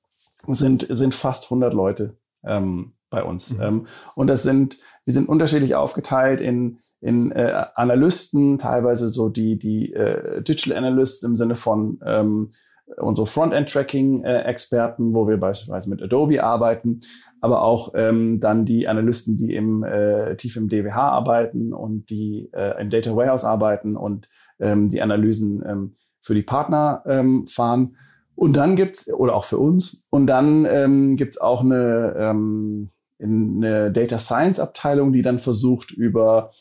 sind fast 100 Leute bei uns. Und die sind unterschiedlich aufgeteilt in Analysten, teilweise so die Digital Analysts im Sinne von unsere Frontend-Tracking-Experten, wo wir beispielsweise mit Adobe arbeiten, aber auch dann die Analysten, die tief im DWH arbeiten und die im Data Warehouse arbeiten und die Analysen für die Partner fahren. Und dann gibt's, oder auch für uns, und dann gibt's auch eine Data Science Abteilung, die dann versucht über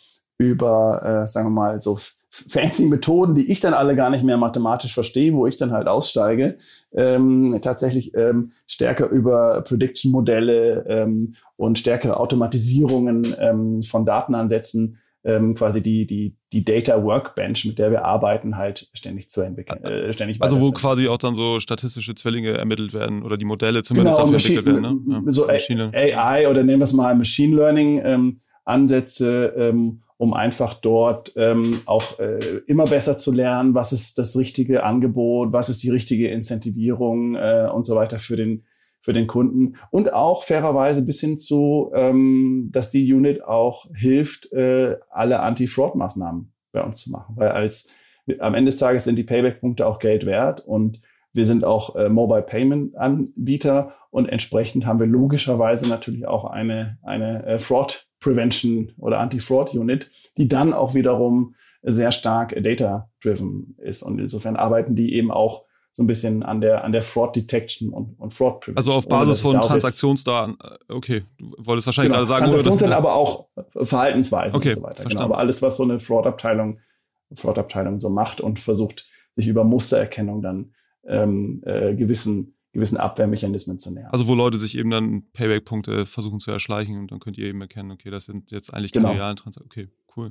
sagen wir mal, so fancy Methoden, die ich dann alle gar nicht mehr mathematisch verstehe, wo ich dann halt aussteige, tatsächlich stärker über Prediction-Modelle und stärkere Automatisierungen von Datenansätzen quasi die Data Workbench, mit der wir arbeiten, halt ständig zu entwickeln. Also wo quasi auch dann so statistische Zwillinge ermittelt werden oder die Modelle zumindest dafür entwickelt werden. Ne? Ja, so AI oder nennen wir es mal Machine Learning Ansätze, um einfach dort auch immer besser zu lernen, was ist das richtige Angebot, was ist die richtige Incentivierung und so weiter für den Kunden. Und auch fairerweise bis hin zu, dass die Unit auch hilft, alle Anti-Fraud-Maßnahmen bei uns zu machen. Weil am Ende des Tages sind die Payback-Punkte auch Geld wert und wir sind auch Mobile Payment Anbieter und entsprechend haben wir logischerweise natürlich auch eine Fraud Prevention oder Anti-Fraud Unit, die dann auch wiederum sehr stark data-driven ist. Und insofern arbeiten die eben auch so ein bisschen an der Fraud Detection und Fraud Prevention. Also auf Basis von Transaktionsdaten. Okay, du wolltest wahrscheinlich gerade sagen, Transaktionsdaten, aber auch Verhaltensweisen und so weiter. Verstanden. Genau, aber alles, was so eine Fraud-Abteilung so macht und versucht, sich über Mustererkennung dann gewissen Abwehrmechanismen zu nähern. Also wo Leute sich eben dann Payback-Punkte versuchen zu erschleichen und dann könnt ihr eben erkennen, okay, das sind jetzt eigentlich keine realen Transaktionen. Okay, cool.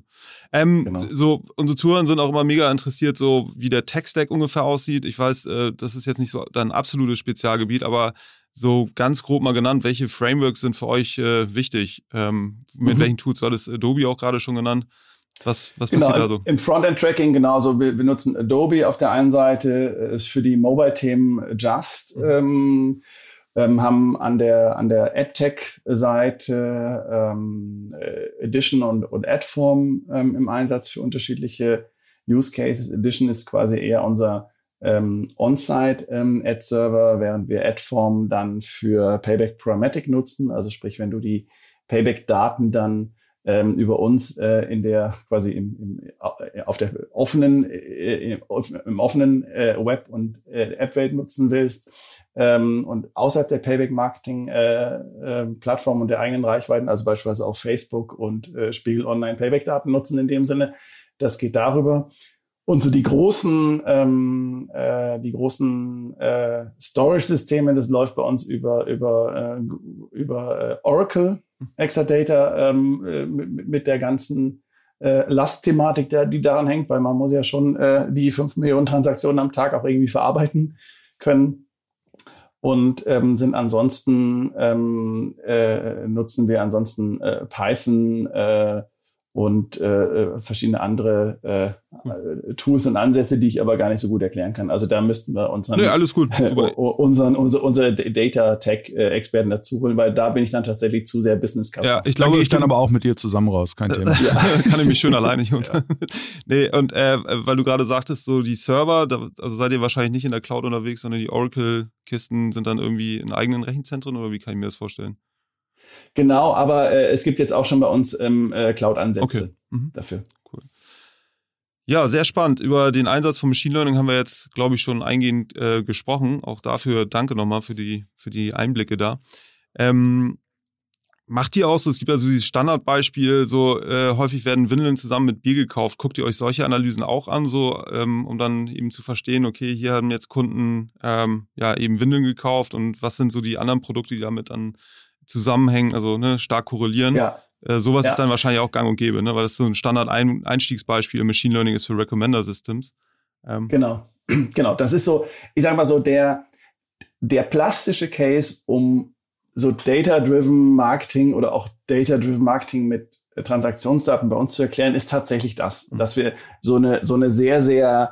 So, unsere Zuhörer sind auch immer mega interessiert, so wie der Tech-Stack ungefähr aussieht. Ich weiß, das ist jetzt nicht so dein absolutes Spezialgebiet, aber so ganz grob mal genannt, welche Frameworks sind für euch wichtig? Mit welchen Tools? War das Adobe auch gerade schon genannt? Was passiert da so? Im Frontend-Tracking genauso. Wir nutzen Adobe auf der einen Seite, für die Mobile-Themen Just, haben an der AdTech-Seite Edition und Adform im Einsatz für unterschiedliche Use Cases. Edition ist quasi eher unser On-Site Ad-Server, während wir Adform dann für Payback Programmatic nutzen. Also sprich, wenn du die Payback-Daten dann über uns in der quasi im offenen Web- und App-Welt nutzen willst und außerhalb der Payback-Marketing-Plattform und der eigenen Reichweiten, also beispielsweise auf Facebook und Spiegel Online Payback-Daten nutzen in dem Sinne, das geht darüber. Und so die großen Storage-Systeme, das läuft bei uns über Oracle Exadata mit der ganzen Lastthematik, die daran hängt, weil man muss ja schon die 5 Millionen Transaktionen am Tag auch irgendwie verarbeiten können. und sind ansonsten nutzen wir ansonsten Python und verschiedene andere Tools und Ansätze, die ich aber gar nicht so gut erklären kann. Also da müssten wir unseren, alles gut. unsere Data-Tech-Experten dazu holen, weil da bin ich dann tatsächlich zu sehr Business-Customer. Ja, ich glaube, ich dann aber auch mit dir zusammen raus, kein Thema. Kann ich mich schön alleine nicht unter. Nee, und weil du gerade sagtest, so die Server, also seid ihr wahrscheinlich nicht in der Cloud unterwegs, sondern die Oracle-Kisten sind dann irgendwie in eigenen Rechenzentren, oder wie kann ich mir das vorstellen? Genau, aber es gibt jetzt auch schon bei uns Cloud-Ansätze dafür. Cool. Ja, sehr spannend. Über den Einsatz von Machine Learning haben wir jetzt, glaube ich, schon eingehend gesprochen. Auch dafür danke nochmal für die Einblicke da. Macht ihr auch so, es gibt ja so dieses Standardbeispiel, so häufig werden Windeln zusammen mit Bier gekauft. Guckt ihr euch solche Analysen auch an, so um dann eben zu verstehen, okay, hier haben jetzt Kunden eben Windeln gekauft und was sind so die anderen Produkte, die damit dann zusammenhängen, also stark korrelieren. Ja. Sowas ist dann wahrscheinlich auch gang und gäbe, ne? Weil das so ein Standard-Einstiegsbeispiel im Machine Learning ist für Recommender Systems. Genau. Das ist so, ich sag mal so, der plastische Case, um so Data-Driven Marketing oder auch Data-Driven Marketing mit Transaktionsdaten bei uns zu erklären, ist tatsächlich das, dass wir so eine sehr, sehr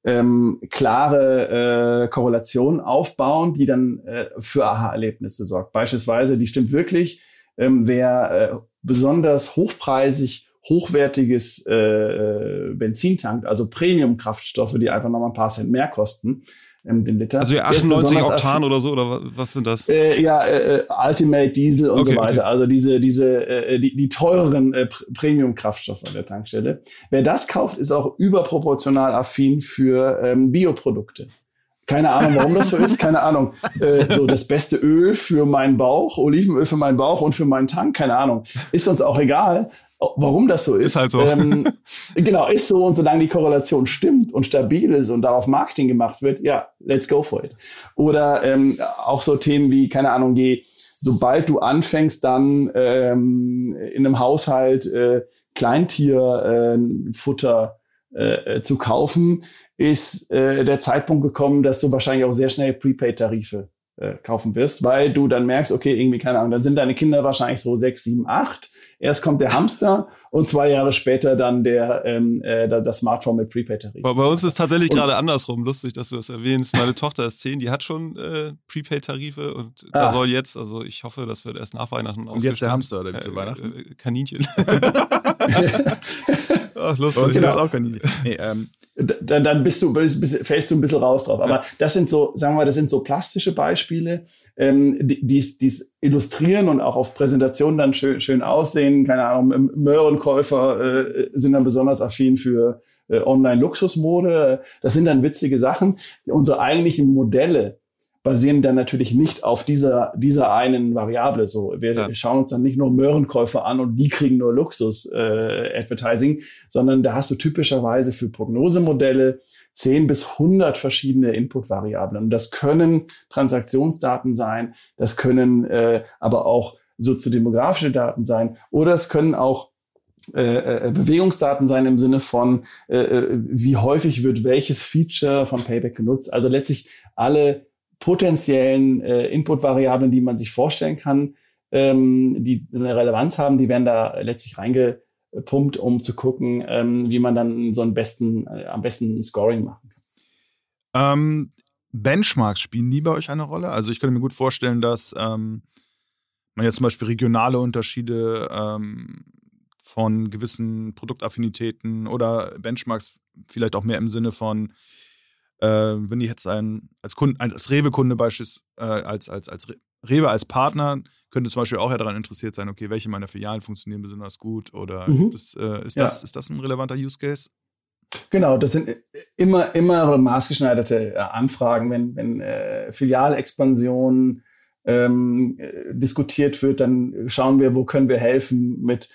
klare Korrelation aufbauen, die dann für Aha-Erlebnisse sorgt. Beispielsweise, die stimmt wirklich, wer besonders hochwertiges Benzin tankt, also Premium-Kraftstoffe, die einfach nochmal ein paar Cent mehr kosten, den Liter. Also 98 Oktan oder so, oder was sind das? Ultimate Diesel und so weiter. Okay. Also die teureren Premium-Kraftstoffe an der Tankstelle. Wer das kauft, ist auch überproportional affin für Bioprodukte. Keine Ahnung, warum das so ist. Keine Ahnung. So das beste Öl für meinen Bauch, Olivenöl für meinen Bauch und für meinen Tank. Keine Ahnung. Ist uns auch egal, warum das so ist. Ist halt so. Genau, ist so. Und solange die Korrelation stimmt und stabil ist und darauf Marketing gemacht wird, ja, let's go for it. Oder auch so Themen wie, keine Ahnung, sobald du anfängst, dann in einem Haushalt Kleintierfutter zu kaufen, ist der Zeitpunkt gekommen, dass du wahrscheinlich auch sehr schnell Prepaid-Tarife kaufen wirst, weil du dann merkst, okay, irgendwie, keine Ahnung, dann sind deine Kinder wahrscheinlich so 6, 7, 8. Erst kommt der Hamster und 2 Jahre später dann das Smartphone mit Prepaid-Tarif. Bei uns ist tatsächlich gerade andersrum. Lustig, dass du das erwähnst. Meine Tochter ist 10, die hat schon Prepaid-Tarife und da soll jetzt, also ich hoffe, das wird erst nach Weihnachten ausgestattet. Und jetzt der Hamster oder wie zu Weihnachten? Kaninchen. Ach, lustig. Bei uns sind das auch Kaninchen. Nee, dann fällst du ein bisschen raus drauf. Aber das sind so, sagen wir mal, das sind so plastische Beispiele, die es illustrieren und auch auf Präsentationen dann schön aussehen. Keine Ahnung, Möhrenkäufer sind dann besonders affin für Online-Luxusmode. Das sind dann witzige Sachen. Unsere eigentlichen Modelle basieren dann natürlich nicht auf dieser einen Variable. So, wir schauen uns dann nicht nur Möhrenkäufer an und die kriegen nur Luxus-Advertising, sondern da hast du typischerweise für Prognosemodelle 10 bis 100 verschiedene Input-Variablen. Und das können Transaktionsdaten sein, das können aber auch soziodemografische Daten sein oder es können auch Bewegungsdaten sein im Sinne von, wie häufig wird welches Feature von Payback genutzt. Also letztlich alle potenziellen Input-Variablen, die man sich vorstellen kann, die eine Relevanz haben, die werden da letztlich reingepumpt, um zu gucken, wie man dann so am besten Scoring machen kann. Benchmarks spielen die bei euch eine Rolle? Also ich könnte mir gut vorstellen, dass man jetzt zum Beispiel regionale Unterschiede von gewissen Produktaffinitäten oder Benchmarks vielleicht auch mehr im Sinne von wenn ich jetzt als Rewe-Kunde als Rewe als Partner könnte zum Beispiel auch ja daran interessiert sein, okay, welche meiner Filialen funktionieren besonders gut oder ist das ein relevanter Use Case? Genau, das sind immer maßgeschneiderte Anfragen. Wenn Filialexpansion diskutiert wird, dann schauen wir, wo können wir helfen mit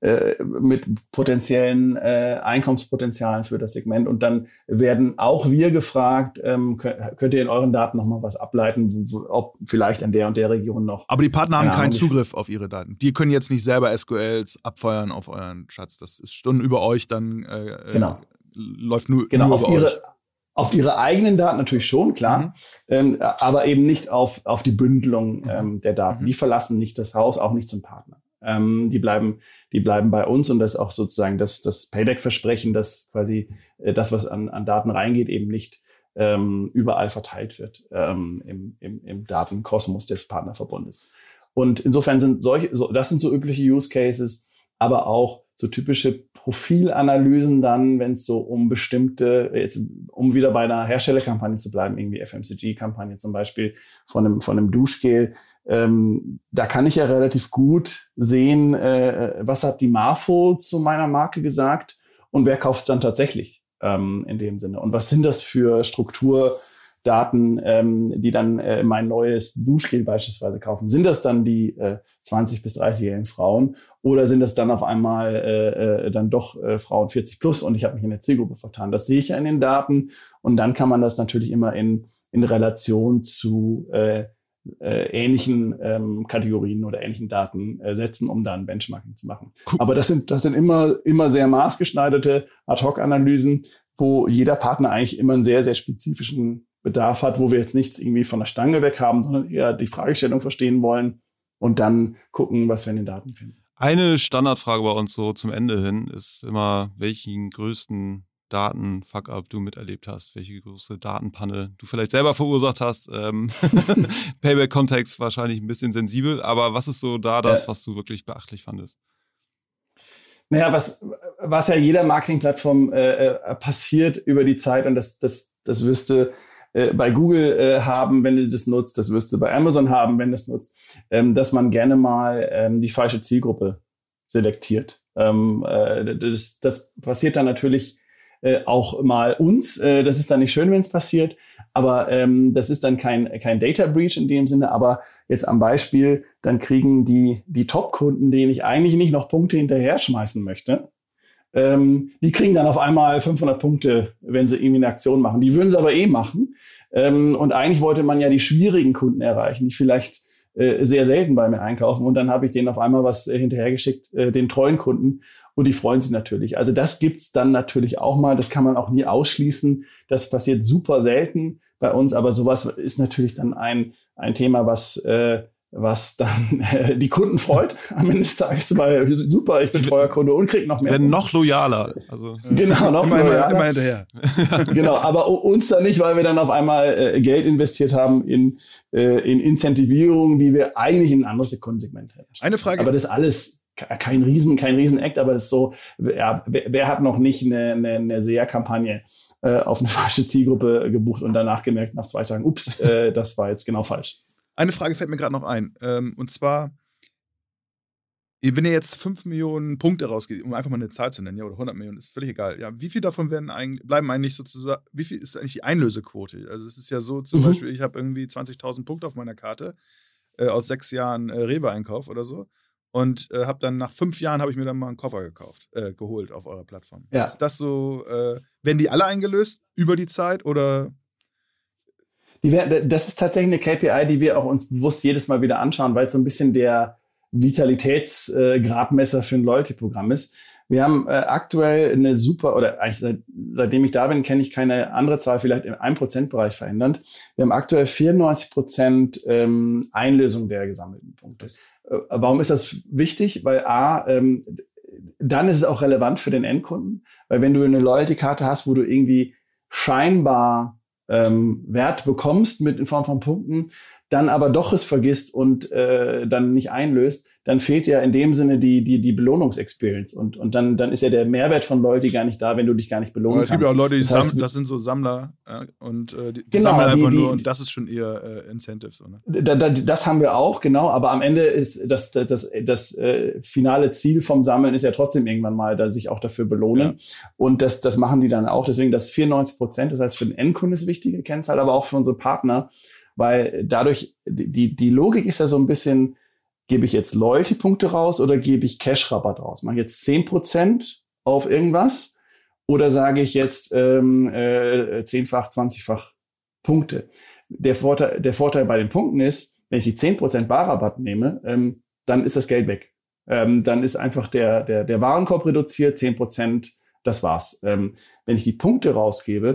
potenziellen Einkommenspotenzialen für das Segment. Und dann werden auch wir gefragt, könnt ihr in euren Daten nochmal was ableiten, ob vielleicht in der und der Region noch. Aber die Partner haben keinen Zugriff auf ihre Daten. Die können jetzt nicht selber SQLs abfeuern auf euren Schatz. Das ist Stunden über euch, dann läuft nur über euch. Auf ihre eigenen Daten natürlich schon, klar, aber eben nicht auf die Bündelung der Daten. Die verlassen nicht das Haus, auch nicht zum Partner. Die bleiben bei uns und das ist auch sozusagen das Payback-Versprechen, dass quasi das, was an Daten reingeht, eben nicht überall verteilt wird im Datenkosmos des Partnerverbundes. Und insofern das sind so übliche Use Cases, aber auch so typische Profilanalysen dann, wenn es so um bestimmte, jetzt um wieder bei einer Herstellerkampagne zu bleiben, irgendwie FMCG-Kampagne zum Beispiel von einem Duschgel, da kann ich ja relativ gut sehen, was hat die Marfo zu meiner Marke gesagt und wer kauft es dann tatsächlich in dem Sinne. Und was sind das für Strukturdaten, die dann mein neues Duschgel beispielsweise kaufen? Sind das dann die 20- bis 30-jährigen Frauen oder sind das dann auf einmal dann doch Frauen 40 plus und ich habe mich in der Zielgruppe vertan? Das sehe ich ja in den Daten und dann kann man das natürlich immer in Relation zu ähnlichen Kategorien oder ähnlichen Daten setzen, um da ein Benchmarking zu machen. Cool. Aber das sind immer sehr maßgeschneiderte Ad-Hoc-Analysen, wo jeder Partner eigentlich immer einen sehr, sehr spezifischen Bedarf hat, wo wir jetzt nichts irgendwie von der Stange weg haben, sondern eher die Fragestellung verstehen wollen und dann gucken, was wir in den Daten finden. Eine Standardfrage bei uns so zum Ende hin ist immer, welchen größten Daten-Fuck-up du miterlebt hast, welche große Datenpanne du vielleicht selber verursacht hast. Payback-Kontext wahrscheinlich ein bisschen sensibel, aber was ist so da das, was du wirklich beachtlich fandest? Naja, was ja jeder Marketingplattform passiert über die Zeit und das wirst du bei Google haben, wenn du das nutzt, das wirst du bei Amazon haben, wenn du es nutzt, dass man gerne mal die falsche Zielgruppe selektiert. Das passiert dann natürlich auch mal uns. Das ist dann nicht schön, wenn es passiert, aber das ist dann kein Data Breach in dem Sinne. Aber jetzt am Beispiel, dann kriegen die Top-Kunden, denen ich eigentlich nicht noch Punkte hinterher schmeißen möchte, die kriegen dann auf einmal 500 Punkte, wenn sie irgendwie eine Aktion machen. Die würden sie aber machen. Und eigentlich wollte man ja die schwierigen Kunden erreichen, die vielleicht sehr selten bei mir einkaufen. Und dann habe ich denen auf einmal was hinterhergeschickt, den treuen Kunden. Und die freuen sich natürlich. Also das gibt's dann natürlich auch mal. Das kann man auch nie ausschließen. Das passiert super selten bei uns. Aber sowas ist natürlich dann ein Thema, was dann die Kunden freut. Am Ende des Tages, weil super, ich bin treuer Kunde und krieg noch mehr. Werden noch loyaler. Also genau, noch loyaler. Immer hinterher. Genau, aber uns dann nicht, weil wir dann auf einmal Geld investiert haben in Incentivierung, die wir eigentlich in ein anderes Kundensegment hätten. Eine Frage. Aber das ist alles kein Riesen-Act, aber es ist so, ja, wer hat noch nicht eine SEA-Kampagne auf eine falsche Zielgruppe gebucht und danach gemerkt, nach 2 Tagen, ups, das war jetzt genau falsch. Eine Frage fällt mir gerade noch ein. Und zwar, wenn ihr jetzt 5 Millionen Punkte rausgeht, um einfach mal eine Zahl zu nennen, ja, oder 100 Millionen, ist völlig egal. Ja, wie viel davon bleiben eigentlich sozusagen, wie viel ist eigentlich die Einlösequote? Also es ist ja so, zum Beispiel, ich habe irgendwie 20.000 Punkte auf meiner Karte aus 6 Jahren Rewe-Einkauf oder so. Und habe dann nach 5 Jahren habe ich mir dann mal einen Koffer geholt auf eurer Plattform. Ja. Ist das so, werden die alle eingelöst über die Zeit oder? Das ist tatsächlich eine KPI, die wir auch uns bewusst jedes Mal wieder anschauen, weil es so ein bisschen der Vitalitätsgradmesser für ein Loyalty-Programm ist. Wir haben aktuell eine super, oder eigentlich seitdem ich da bin, kenne ich keine andere Zahl, vielleicht im 1%-Bereich verändernd. Wir haben aktuell 94% Einlösung der gesammelten Punkte. Warum ist das wichtig? Weil dann ist es auch relevant für den Endkunden, weil wenn du eine Loyalty-Karte hast, wo du irgendwie scheinbar Wert bekommst in Form von Punkten, dann aber doch es vergisst und dann nicht einlöst, dann fehlt ja in dem Sinne die Belohnungsexperience und dann ist ja der Mehrwert von Loyalty gar nicht da, wenn du dich gar nicht belohnen kannst. Es gibt ja auch Leute, das sind so Sammler und die sammeln einfach nur und das ist schon eher Incentive. So, ne? Das haben wir auch, genau, aber am Ende ist das finale Ziel vom Sammeln ist ja trotzdem irgendwann mal, dass sich auch dafür belohnen und das machen die dann auch, deswegen das 94%, das heißt für den Endkunden ist wichtige Kennzahl, aber auch für unsere Partner, weil dadurch, die Logik ist ja so ein bisschen, gebe ich jetzt Loyalty-Punkte raus oder gebe ich Cash-Rabatt raus? Mache ich jetzt 10% auf irgendwas oder sage ich jetzt 10-fach, 20-fach Punkte? Der Vorteil bei den Punkten ist, wenn ich die 10% Barrabatt nehme, dann ist das Geld weg. Dann ist einfach der Warenkorb reduziert, 10%, das war's. Wenn ich die Punkte rausgebe,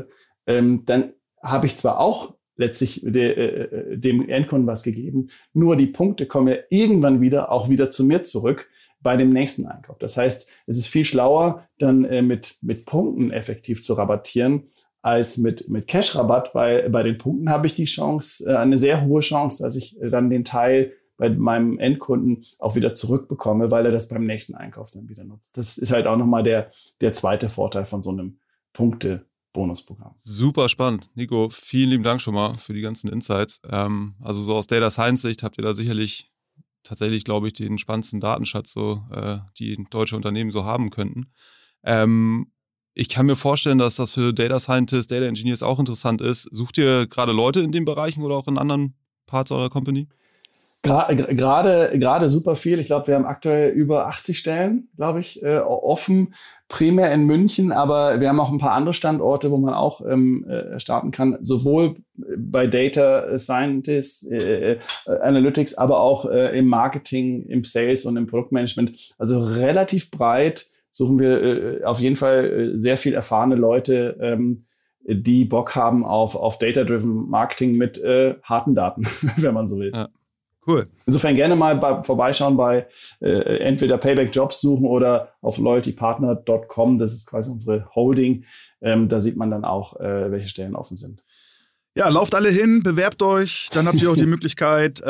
dann habe ich zwar auch letztlich dem Endkunden was gegeben, nur die Punkte kommen ja irgendwann auch wieder zu mir zurück bei dem nächsten Einkauf. Das heißt, es ist viel schlauer, dann mit Punkten effektiv zu rabattieren, als mit Cash-Rabatt, weil bei den Punkten habe ich die Chance, eine sehr hohe Chance, dass ich dann den Teil bei meinem Endkunden auch wieder zurückbekomme, weil er das beim nächsten Einkauf dann wieder nutzt. Das ist halt auch nochmal der zweite Vorteil von so einem Punkte-Bonusprogramm. Super spannend. Nico, vielen lieben Dank schon mal für die ganzen Insights. Also so aus Data Science-Sicht habt ihr da sicherlich tatsächlich, glaube ich, den spannendsten Datenschatz, die deutsche Unternehmen so haben könnten. Ich kann mir vorstellen, dass das für Data Scientists, Data Engineers auch interessant ist. Sucht ihr gerade Leute in den Bereichen oder auch in anderen Parts eurer Company? Gerade super viel. Ich glaube, wir haben aktuell über 80 Stellen, glaube ich, offen. Primär in München, aber wir haben auch ein paar andere Standorte, wo man auch starten kann. Sowohl bei Data Scientists, Analytics, aber auch im Marketing, im Sales und im Produktmanagement. Also relativ breit suchen wir auf jeden Fall sehr viel erfahrene Leute, die Bock haben auf Data-Driven Marketing mit harten Daten, wenn man so will. Ja. Cool. Insofern gerne mal vorbeischauen bei entweder Payback Jobs suchen oder auf loyaltypartner.com. Das ist quasi unsere Holding. Da sieht man dann auch, welche Stellen offen sind. Ja, lauft alle hin, bewerbt euch. Dann habt ihr auch die Möglichkeit,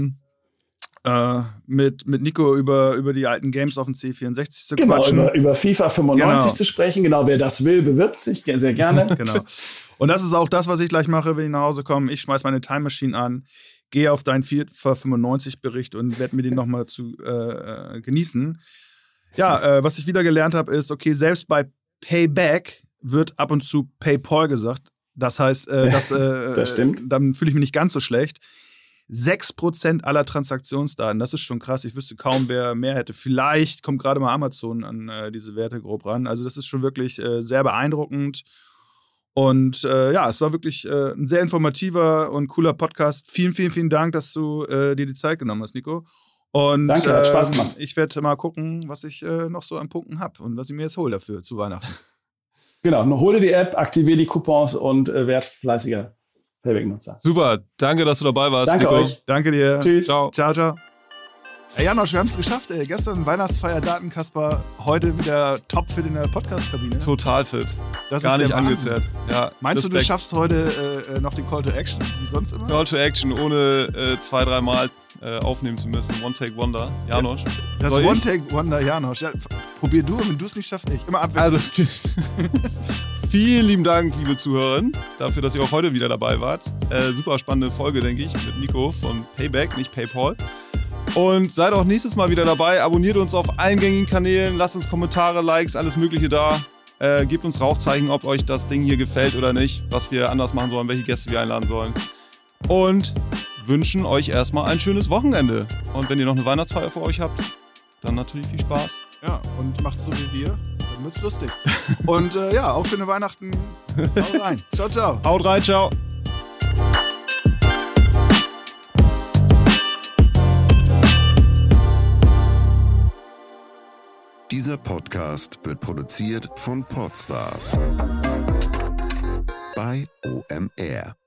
mit Nico über die alten Games auf dem C64 zu quatschen. Genau, über FIFA 95 zu sprechen. Genau, wer das will, bewirbt sich sehr gerne. Genau. Und das ist auch das, was ich gleich mache, wenn ich nach Hause komme. Ich schmeiß meine Time Machine an, gehe auf deinen FIFA 95-Bericht und werde mir den nochmal zu genießen. Ja, was ich wieder gelernt habe, ist, okay, selbst bei Payback wird ab und zu PayPal gesagt. Das heißt, das stimmt. Dann fühle ich mich nicht ganz so schlecht. 6% aller Transaktionsdaten, das ist schon krass. Ich wüsste kaum, wer mehr hätte. Vielleicht kommt gerade mal Amazon an diese Werte grob ran. Also das ist schon wirklich sehr beeindruckend. Und ja, es war wirklich ein sehr informativer und cooler Podcast. Vielen, vielen, vielen Dank, dass du dir die Zeit genommen hast, Nico. Und danke, hat Spaß gemacht. Ich werde mal gucken, was ich noch so an Punkten habe und was ich mir jetzt hole dafür zu Weihnachten. Genau, hol dir die App, aktiviere die Coupons und werd fleißiger Payback-Nutzer. Super, danke, dass du dabei warst, Danke Nico. euch. Danke dir. Tschüss. Ciao. Ciao, ciao. Ey, Janosch, wir haben es geschafft, ey. Gestern Weihnachtsfeier Datenkasper, heute wieder topfit in der Podcast-Kabine. Total fit. Das gar ist nicht angezerrt. Ja, meinst du schaffst heute noch den Call to Action, wie sonst immer? Call to Action, ohne 2-3 Mal aufnehmen zu müssen. One-Take-Wonder, Janosch. Das One-Take-Wonder, Janosch. Ja, probier du, wenn du es nicht schaffst, nicht. Immer abwechseln. Also, vielen lieben Dank, liebe Zuhörerinnen, dafür, dass ihr auch heute wieder dabei wart. Super spannende Folge, denke ich, mit Nico von Payback, nicht PayPal. Und seid auch nächstes Mal wieder dabei. Abonniert uns auf allen gängigen Kanälen. Lasst uns Kommentare, Likes, alles Mögliche da. Gebt uns Rauchzeichen, ob euch das Ding hier gefällt oder nicht. Was wir anders machen sollen, welche Gäste wir einladen sollen. Und wünschen euch erstmal ein schönes Wochenende. Und wenn ihr noch eine Weihnachtsfeier für euch habt, dann natürlich viel Spaß. Ja, und macht so wie wir. Dann wird's lustig. Und ja, auch schöne Weihnachten. Haut rein. Ciao, ciao. Haut rein, ciao. Dieser Podcast wird produziert von Podstars bei OMR.